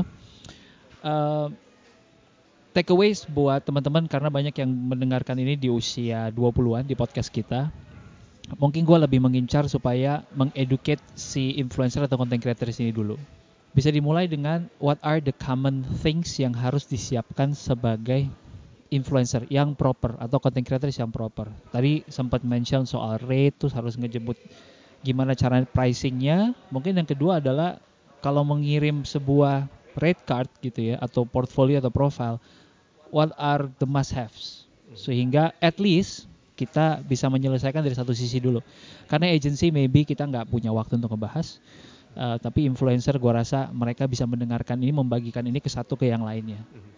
Uh, takeaways buat teman-teman, karena banyak yang mendengarkan ini di usia dua puluhan di podcast kita. Mungkin gue lebih mengincar supaya mengeducate si influencer atau content creator ini dulu. Bisa dimulai dengan what are the common things yang harus disiapkan sebagai influencer yang proper atau content creators yang proper. Tadi sempat mention soal rate, terus harus ngejemput gimana cara pricingnya. Mungkin yang kedua adalah kalau mengirim sebuah rate card gitu ya, atau portfolio atau profile, what are the must haves, sehingga at least kita bisa menyelesaikan dari satu sisi dulu. Karena agency maybe kita nggak punya waktu untuk ngebahas, uh, tapi influencer gua rasa mereka bisa mendengarkan ini, membagikan ini ke satu ke yang lainnya.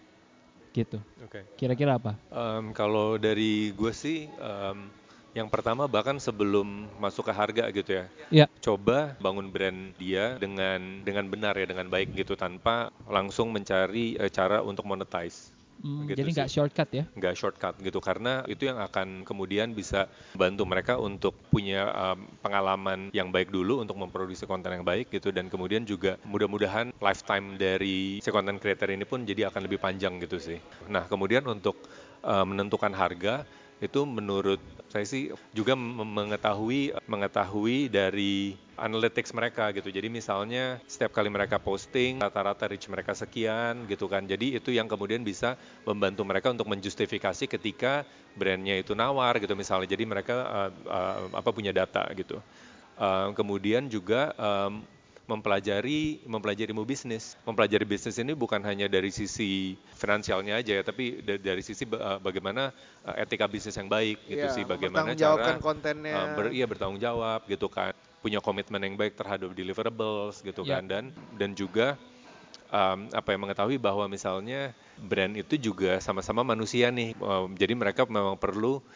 Gitu. Oke. Kira-kira apa? Um, kalau dari gue sih, um, yang pertama bahkan sebelum masuk ke harga gitu ya, Ya. coba bangun brand dia dengan dengan benar ya, dengan baik gitu, tanpa langsung mencari uh, cara untuk monetize. Hmm, Gitu jadi nggak sih. shortcut ya? Nggak shortcut gitu, karena itu yang akan kemudian bisa bantu mereka untuk punya um, pengalaman yang baik dulu untuk memproduksi konten yang baik gitu, dan kemudian juga mudah-mudahan lifetime dari si content creator ini pun jadi akan lebih panjang gitu sih. Nah kemudian untuk uh, menentukan harga itu menurut saya sih juga mengetahui mengetahui dari analytics mereka gitu. Jadi misalnya setiap kali mereka posting rata-rata reach mereka sekian gitu kan. Jadi itu yang kemudian bisa membantu mereka untuk menjustifikasi ketika brandnya itu nawar gitu misalnya. Jadi mereka uh, uh, apa punya data gitu. Uh, kemudian juga um, mempelajari mempelajari ilmu bisnis. Mempelajari bisnis ini bukan hanya dari sisi finansialnya aja ya, tapi dari, dari sisi uh, bagaimana uh, etika bisnis yang baik gitu Iya, sih, bagaimana cara kontennya. uh, ber, iya bertanggung jawab gitu kan, punya komitmen yang baik terhadap deliverables gitu Ya. kan, dan dan juga um, apa yang mengetahui bahwa misalnya brand itu juga sama-sama manusia nih, um, jadi mereka memang perlu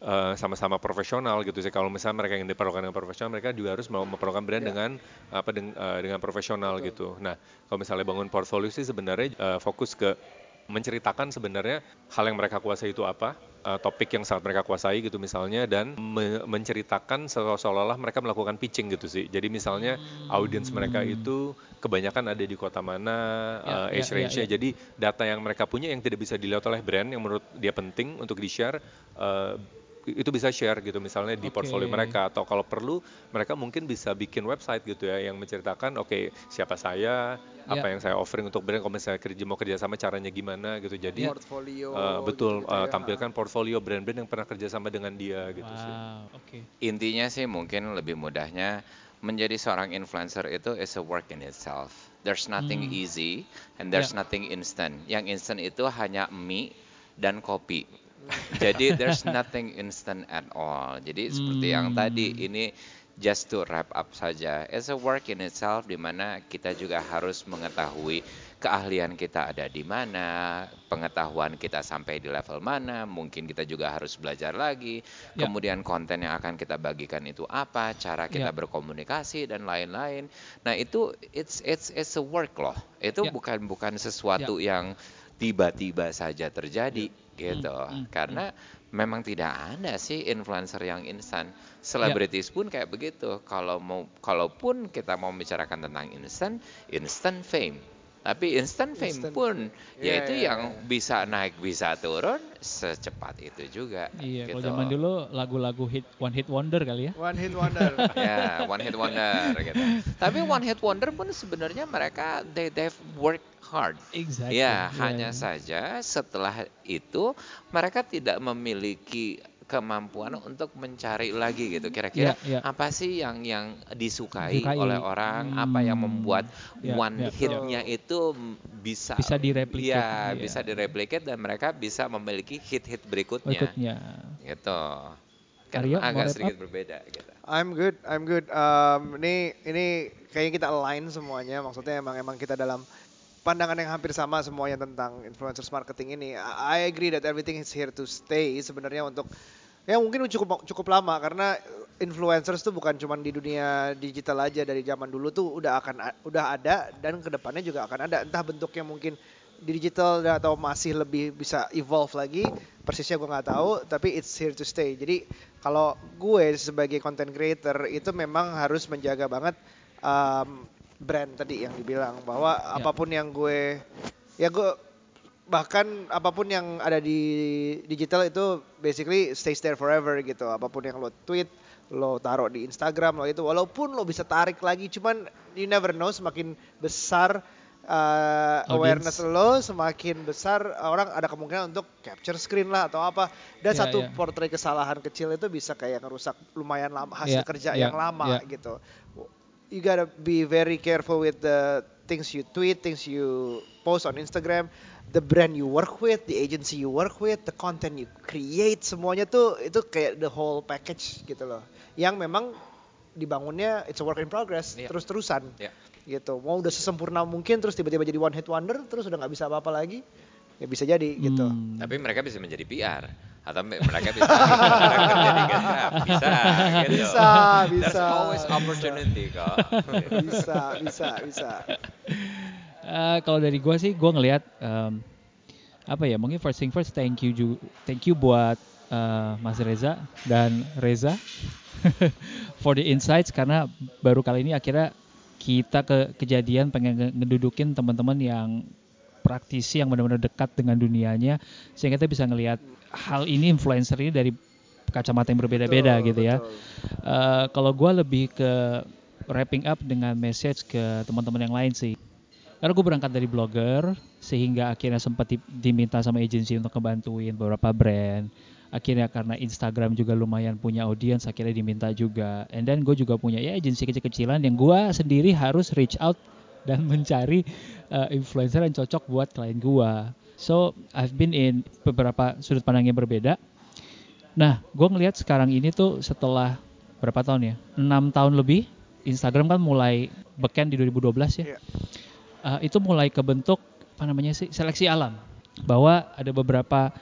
uh, sama-sama profesional gitu sih. Kalau misalnya mereka yang diperlukan dengan profesional, mereka juga harus mau memperlukan brand Ya. dengan apa deng- uh, dengan profesional Betul. gitu. Nah, kalau misalnya bangun portfolio sih sebenarnya uh, fokus ke menceritakan sebenarnya hal yang mereka kuasai itu apa, uh, topik yang sangat mereka kuasai gitu misalnya, dan me- menceritakan se- seolah-olah mereka melakukan pitching gitu sih. Jadi misalnya audiens mereka itu kebanyakan ada di kota mana, Ya, uh, ya, age ya, range-nya. ya. Jadi data yang mereka punya yang tidak bisa dilihat oleh brand yang menurut dia penting untuk di-share, uh, itu bisa share gitu misalnya di Oke. portfolio mereka, atau kalau perlu mereka mungkin bisa bikin website gitu ya yang menceritakan oke siapa saya, apa Ya. yang saya offering untuk brand, kalau misalnya kerja mau kerja sama caranya gimana gitu. Jadi Portfolio uh, betul gitu-gitu uh, ya. tampilkan portfolio brand-brand yang pernah kerja sama dengan dia gitu sih. Wow, oke. Intinya sih mungkin lebih mudahnya menjadi seorang influencer itu is a work in itself. There's nothing Hmm. easy and there's Ya. nothing instant. Yang instant itu hanya mie dan kopi. Jadi there's nothing instant at all. Jadi seperti yang Hmm. tadi ini just to wrap up saja. It's a work in itself di mana kita juga harus mengetahui keahlian kita ada di mana, pengetahuan kita sampai di level mana, mungkin kita juga harus belajar lagi. Ya. Kemudian konten yang akan kita bagikan itu apa, cara kita Ya. berkomunikasi dan lain-lain. Nah, itu it's it's it's a work loh. Itu Ya. bukan bukan sesuatu yang tiba-tiba saja terjadi gitu. Hmm, hmm, Karena memang tidak ada sih influencer yang instan. Selebritis pun kayak begitu. Kalau mau kalaupun kita mau bicarakan tentang instan, instant fame. Tapi instant fame Instant pun fame. yaitu Ya, ya, yang ya. bisa naik bisa turun secepat itu juga Iya, kalau gitu. zaman dulu lagu-lagu hit one hit wonder kali ya. One hit wonder. Ya, one hit wonder gitu. Tapi one hit wonder pun sebenarnya mereka they they've worked hard. Exactly. Ya, Iya, hanya iya. saja setelah itu mereka tidak memiliki kemampuan untuk mencari lagi gitu. Kira-kira Ya, ya. apa sih yang yang disukai, Disukai. oleh orang? Apa yang Hmm. membuat Ya, one ya, hitnya ya. itu bisa Bisa direplicate. ya, Iya. bisa direplicate dan mereka bisa memiliki hit-hit berikutnya. Berikutnya. Gitu. Kan Aryo, mau agak wrap sedikit up? berbeda gitu. I'm good, I'm good. Um, ini ini kayaknya kita align semuanya. Maksudnya emang emang kita dalam pandangan yang hampir sama semuanya tentang influencers marketing ini. I I agree that everything is here to stay sebenarnya untuk ya mungkin cukup cukup lama, karena influencers tuh bukan cuma di dunia digital aja. Dari zaman dulu tuh udah akan udah ada dan kedepannya juga akan ada. Entah bentuknya mungkin di digital atau masih lebih bisa evolve lagi, persisnya gue nggak tahu, tapi it's here to stay. Jadi kalau gue sebagai content creator itu memang harus menjaga banget um, brand tadi yang dibilang, bahwa Ya. apapun yang gue ya gue bahkan apapun yang ada di digital itu basically stays there forever gitu. Apapun yang lo tweet, lo taruh di Instagram lo itu, walaupun lo bisa tarik lagi, cuman you never know, semakin besar uh, awareness lo, semakin besar orang ada kemungkinan untuk capture screen lah atau apa. Dan Ya, satu ya. portray kesalahan kecil itu bisa kayak ngerusak lumayan lama hasil Ya, kerja ya, yang lama ya. gitu. You gotta be very careful with the things you tweet, things you post on Instagram, the brand you work with, the agency you work with, the content you create, semuanya tuh itu kayak the whole package gitu loh. Yang memang dibangunnya it's a work in progress, Iya. terus-terusan. Iya. Gitu. Mau udah sesempurna mungkin terus tiba-tiba jadi one hit wonder terus udah nggak bisa apa-apa lagi. Ya bisa jadi gitu. Hmm. Tapi mereka bisa menjadi P R atau me- mereka bisa kerja di Getcraft. Bisa gitu. Bisa, There's bisa, always opportunity kok. Bisa, bisa, bisa. Eh, kalau dari gue sih, gue ngelihat em, apa ya, mungkin first thing first, thank you ju- thank you buat eh, Mas Reza dan Reza for the insights, karena baru kali ini akhirnya kita ke kejadian pengen nge- ngedudukin teman-teman yang praktisi yang benar-benar dekat dengan dunianya, sehingga kita bisa ngelihat hal ini, influencer ini dari kacamata yang berbeda-beda Betul, gitu ya. betul. Eh, kalau gue lebih ke wrapping up dengan message ke teman-teman yang lain sih. Karena gue berangkat dari blogger, sehingga akhirnya sempat di- diminta sama agensi untuk ngebantuin beberapa brand. Akhirnya karena Instagram juga lumayan punya audience, akhirnya diminta juga. And then gue juga punya ya agensi kecil-kecilan yang gue sendiri harus reach out dan mencari uh, influencer yang cocok buat klien gue. So I've been in beberapa sudut pandang yang berbeda. Nah, gue ngelihat sekarang ini tuh setelah berapa tahun ya? enam tahun lebih, Instagram kan mulai beken di dua ribu dua belas ya. Iya. Uh, itu mulai kebentuk apa namanya sih, seleksi alam, bahwa ada beberapa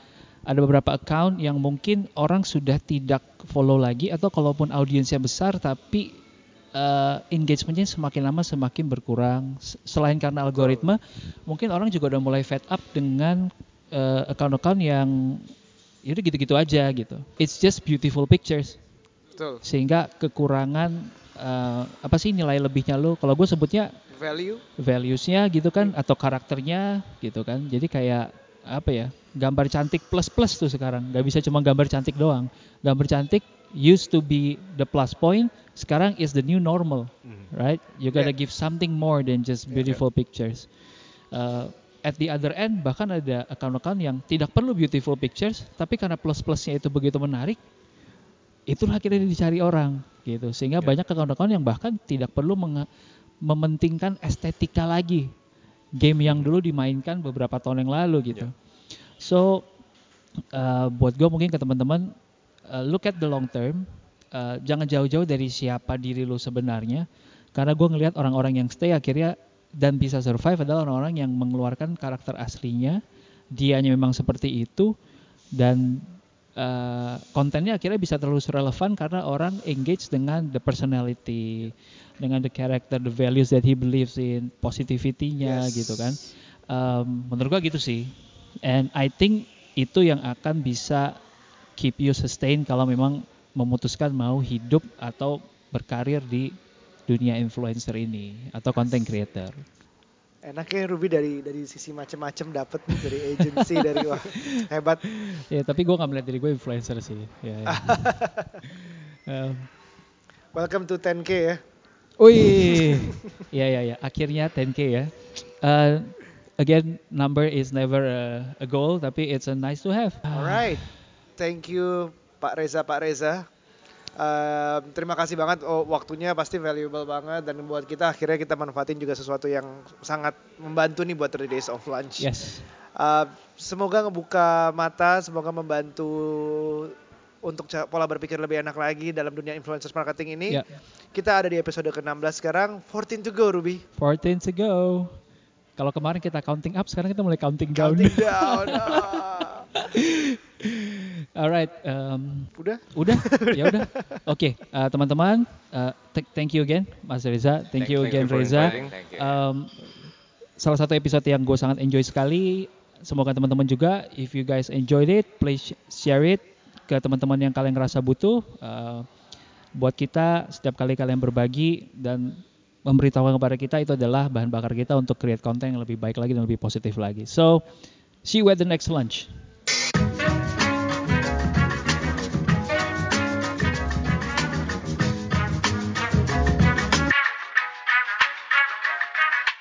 ada beberapa account yang mungkin orang sudah tidak follow lagi, atau kalaupun audiensnya besar tapi uh, engagementnya semakin lama semakin berkurang. Selain karena algoritma, mungkin orang juga udah mulai fed up dengan uh, account-account yang ya udah gitu-gitu aja gitu. It's just beautiful pictures. Betul. Sehingga kekurangan uh, apa sih nilai lebihnya lo? Kalau gue sebutnya Value, values-nya gitu kan, atau karakternya gitu kan. Jadi kayak apa ya? Gambar cantik plus plus tuh sekarang. Gak bisa cuma gambar cantik doang. Gambar cantik used to be the plus point, sekarang is the new normal, right? You gotta Yeah. give something more than just beautiful pictures. Uh, at the other end, bahkan ada account-account yang tidak perlu beautiful pictures, tapi karena plus-plusnya itu begitu menarik, itulah akhirnya dicari orang gitu. Sehingga banyak account-account yang bahkan tidak perlu menge- mementingkan estetika lagi. Game yang dulu dimainkan beberapa tahun yang lalu gitu. So, uh, buat gue mungkin ke teman-teman, uh, look at the long term. Uh, jangan jauh-jauh dari siapa diri lu sebenarnya. Karena gue ngelihat orang-orang yang stay akhirnya dan bisa survive adalah orang-orang yang mengeluarkan karakter aslinya. Dianya memang seperti itu. Dan uh, kontennya akhirnya bisa terus relevan karena orang engage dengan the personality, dengan the character, the values that he believes in, positivity-nya Yes. gitu kan. Um, menurut gue gitu sih. And I think itu yang akan bisa keep you sustain kalau memang memutuskan mau hidup atau berkarir di dunia influencer ini atau content creator. enaknya Ruby dari dari sisi macam-macam dapat dari agency dari wah hebat. Ya tapi gue nggak melihat diri gue influencer sih. Ya, ya. um, Welcome to ten K ya. Wih, ya ya ya. Akhirnya ten K ya. Uh, again, number is never a, a goal, tapi it's a nice to have. Alright, thank you Pak Reza Pak Reza. Um, terima kasih banget, oh, waktunya pasti valuable banget dan buat kita akhirnya kita manfaatin juga sesuatu yang sangat membantu nih buat thirty days of lunch. Yes. Uh, semoga ngebuka mata, semoga membantu untuk ca- pola berpikir lebih enak lagi dalam dunia influencers marketing ini. Ya. Kita ada di episode ke enam belas sekarang, fourteen to go Ruby. fourteen to go. Kalau kemarin kita counting up, sekarang kita mulai counting down. Counting down. Ah. Alright, um, Udah? udah, ya udah. Oke, uh, teman-teman, uh, th- thank you again, Mas Reza. Thank, you Thank again, you for Reza. inviting. Thank you. Um, salah satu episode yang gue sangat enjoy sekali. Semoga teman-teman juga, if you guys enjoyed it, please share it ke teman-teman yang kalian ngerasa butuh. Uh, buat kita, setiap kali kalian berbagi dan memberitahu kepada kita, itu adalah bahan bakar kita untuk create konten yang lebih baik lagi dan lebih positif lagi. So, see you at the next lunch.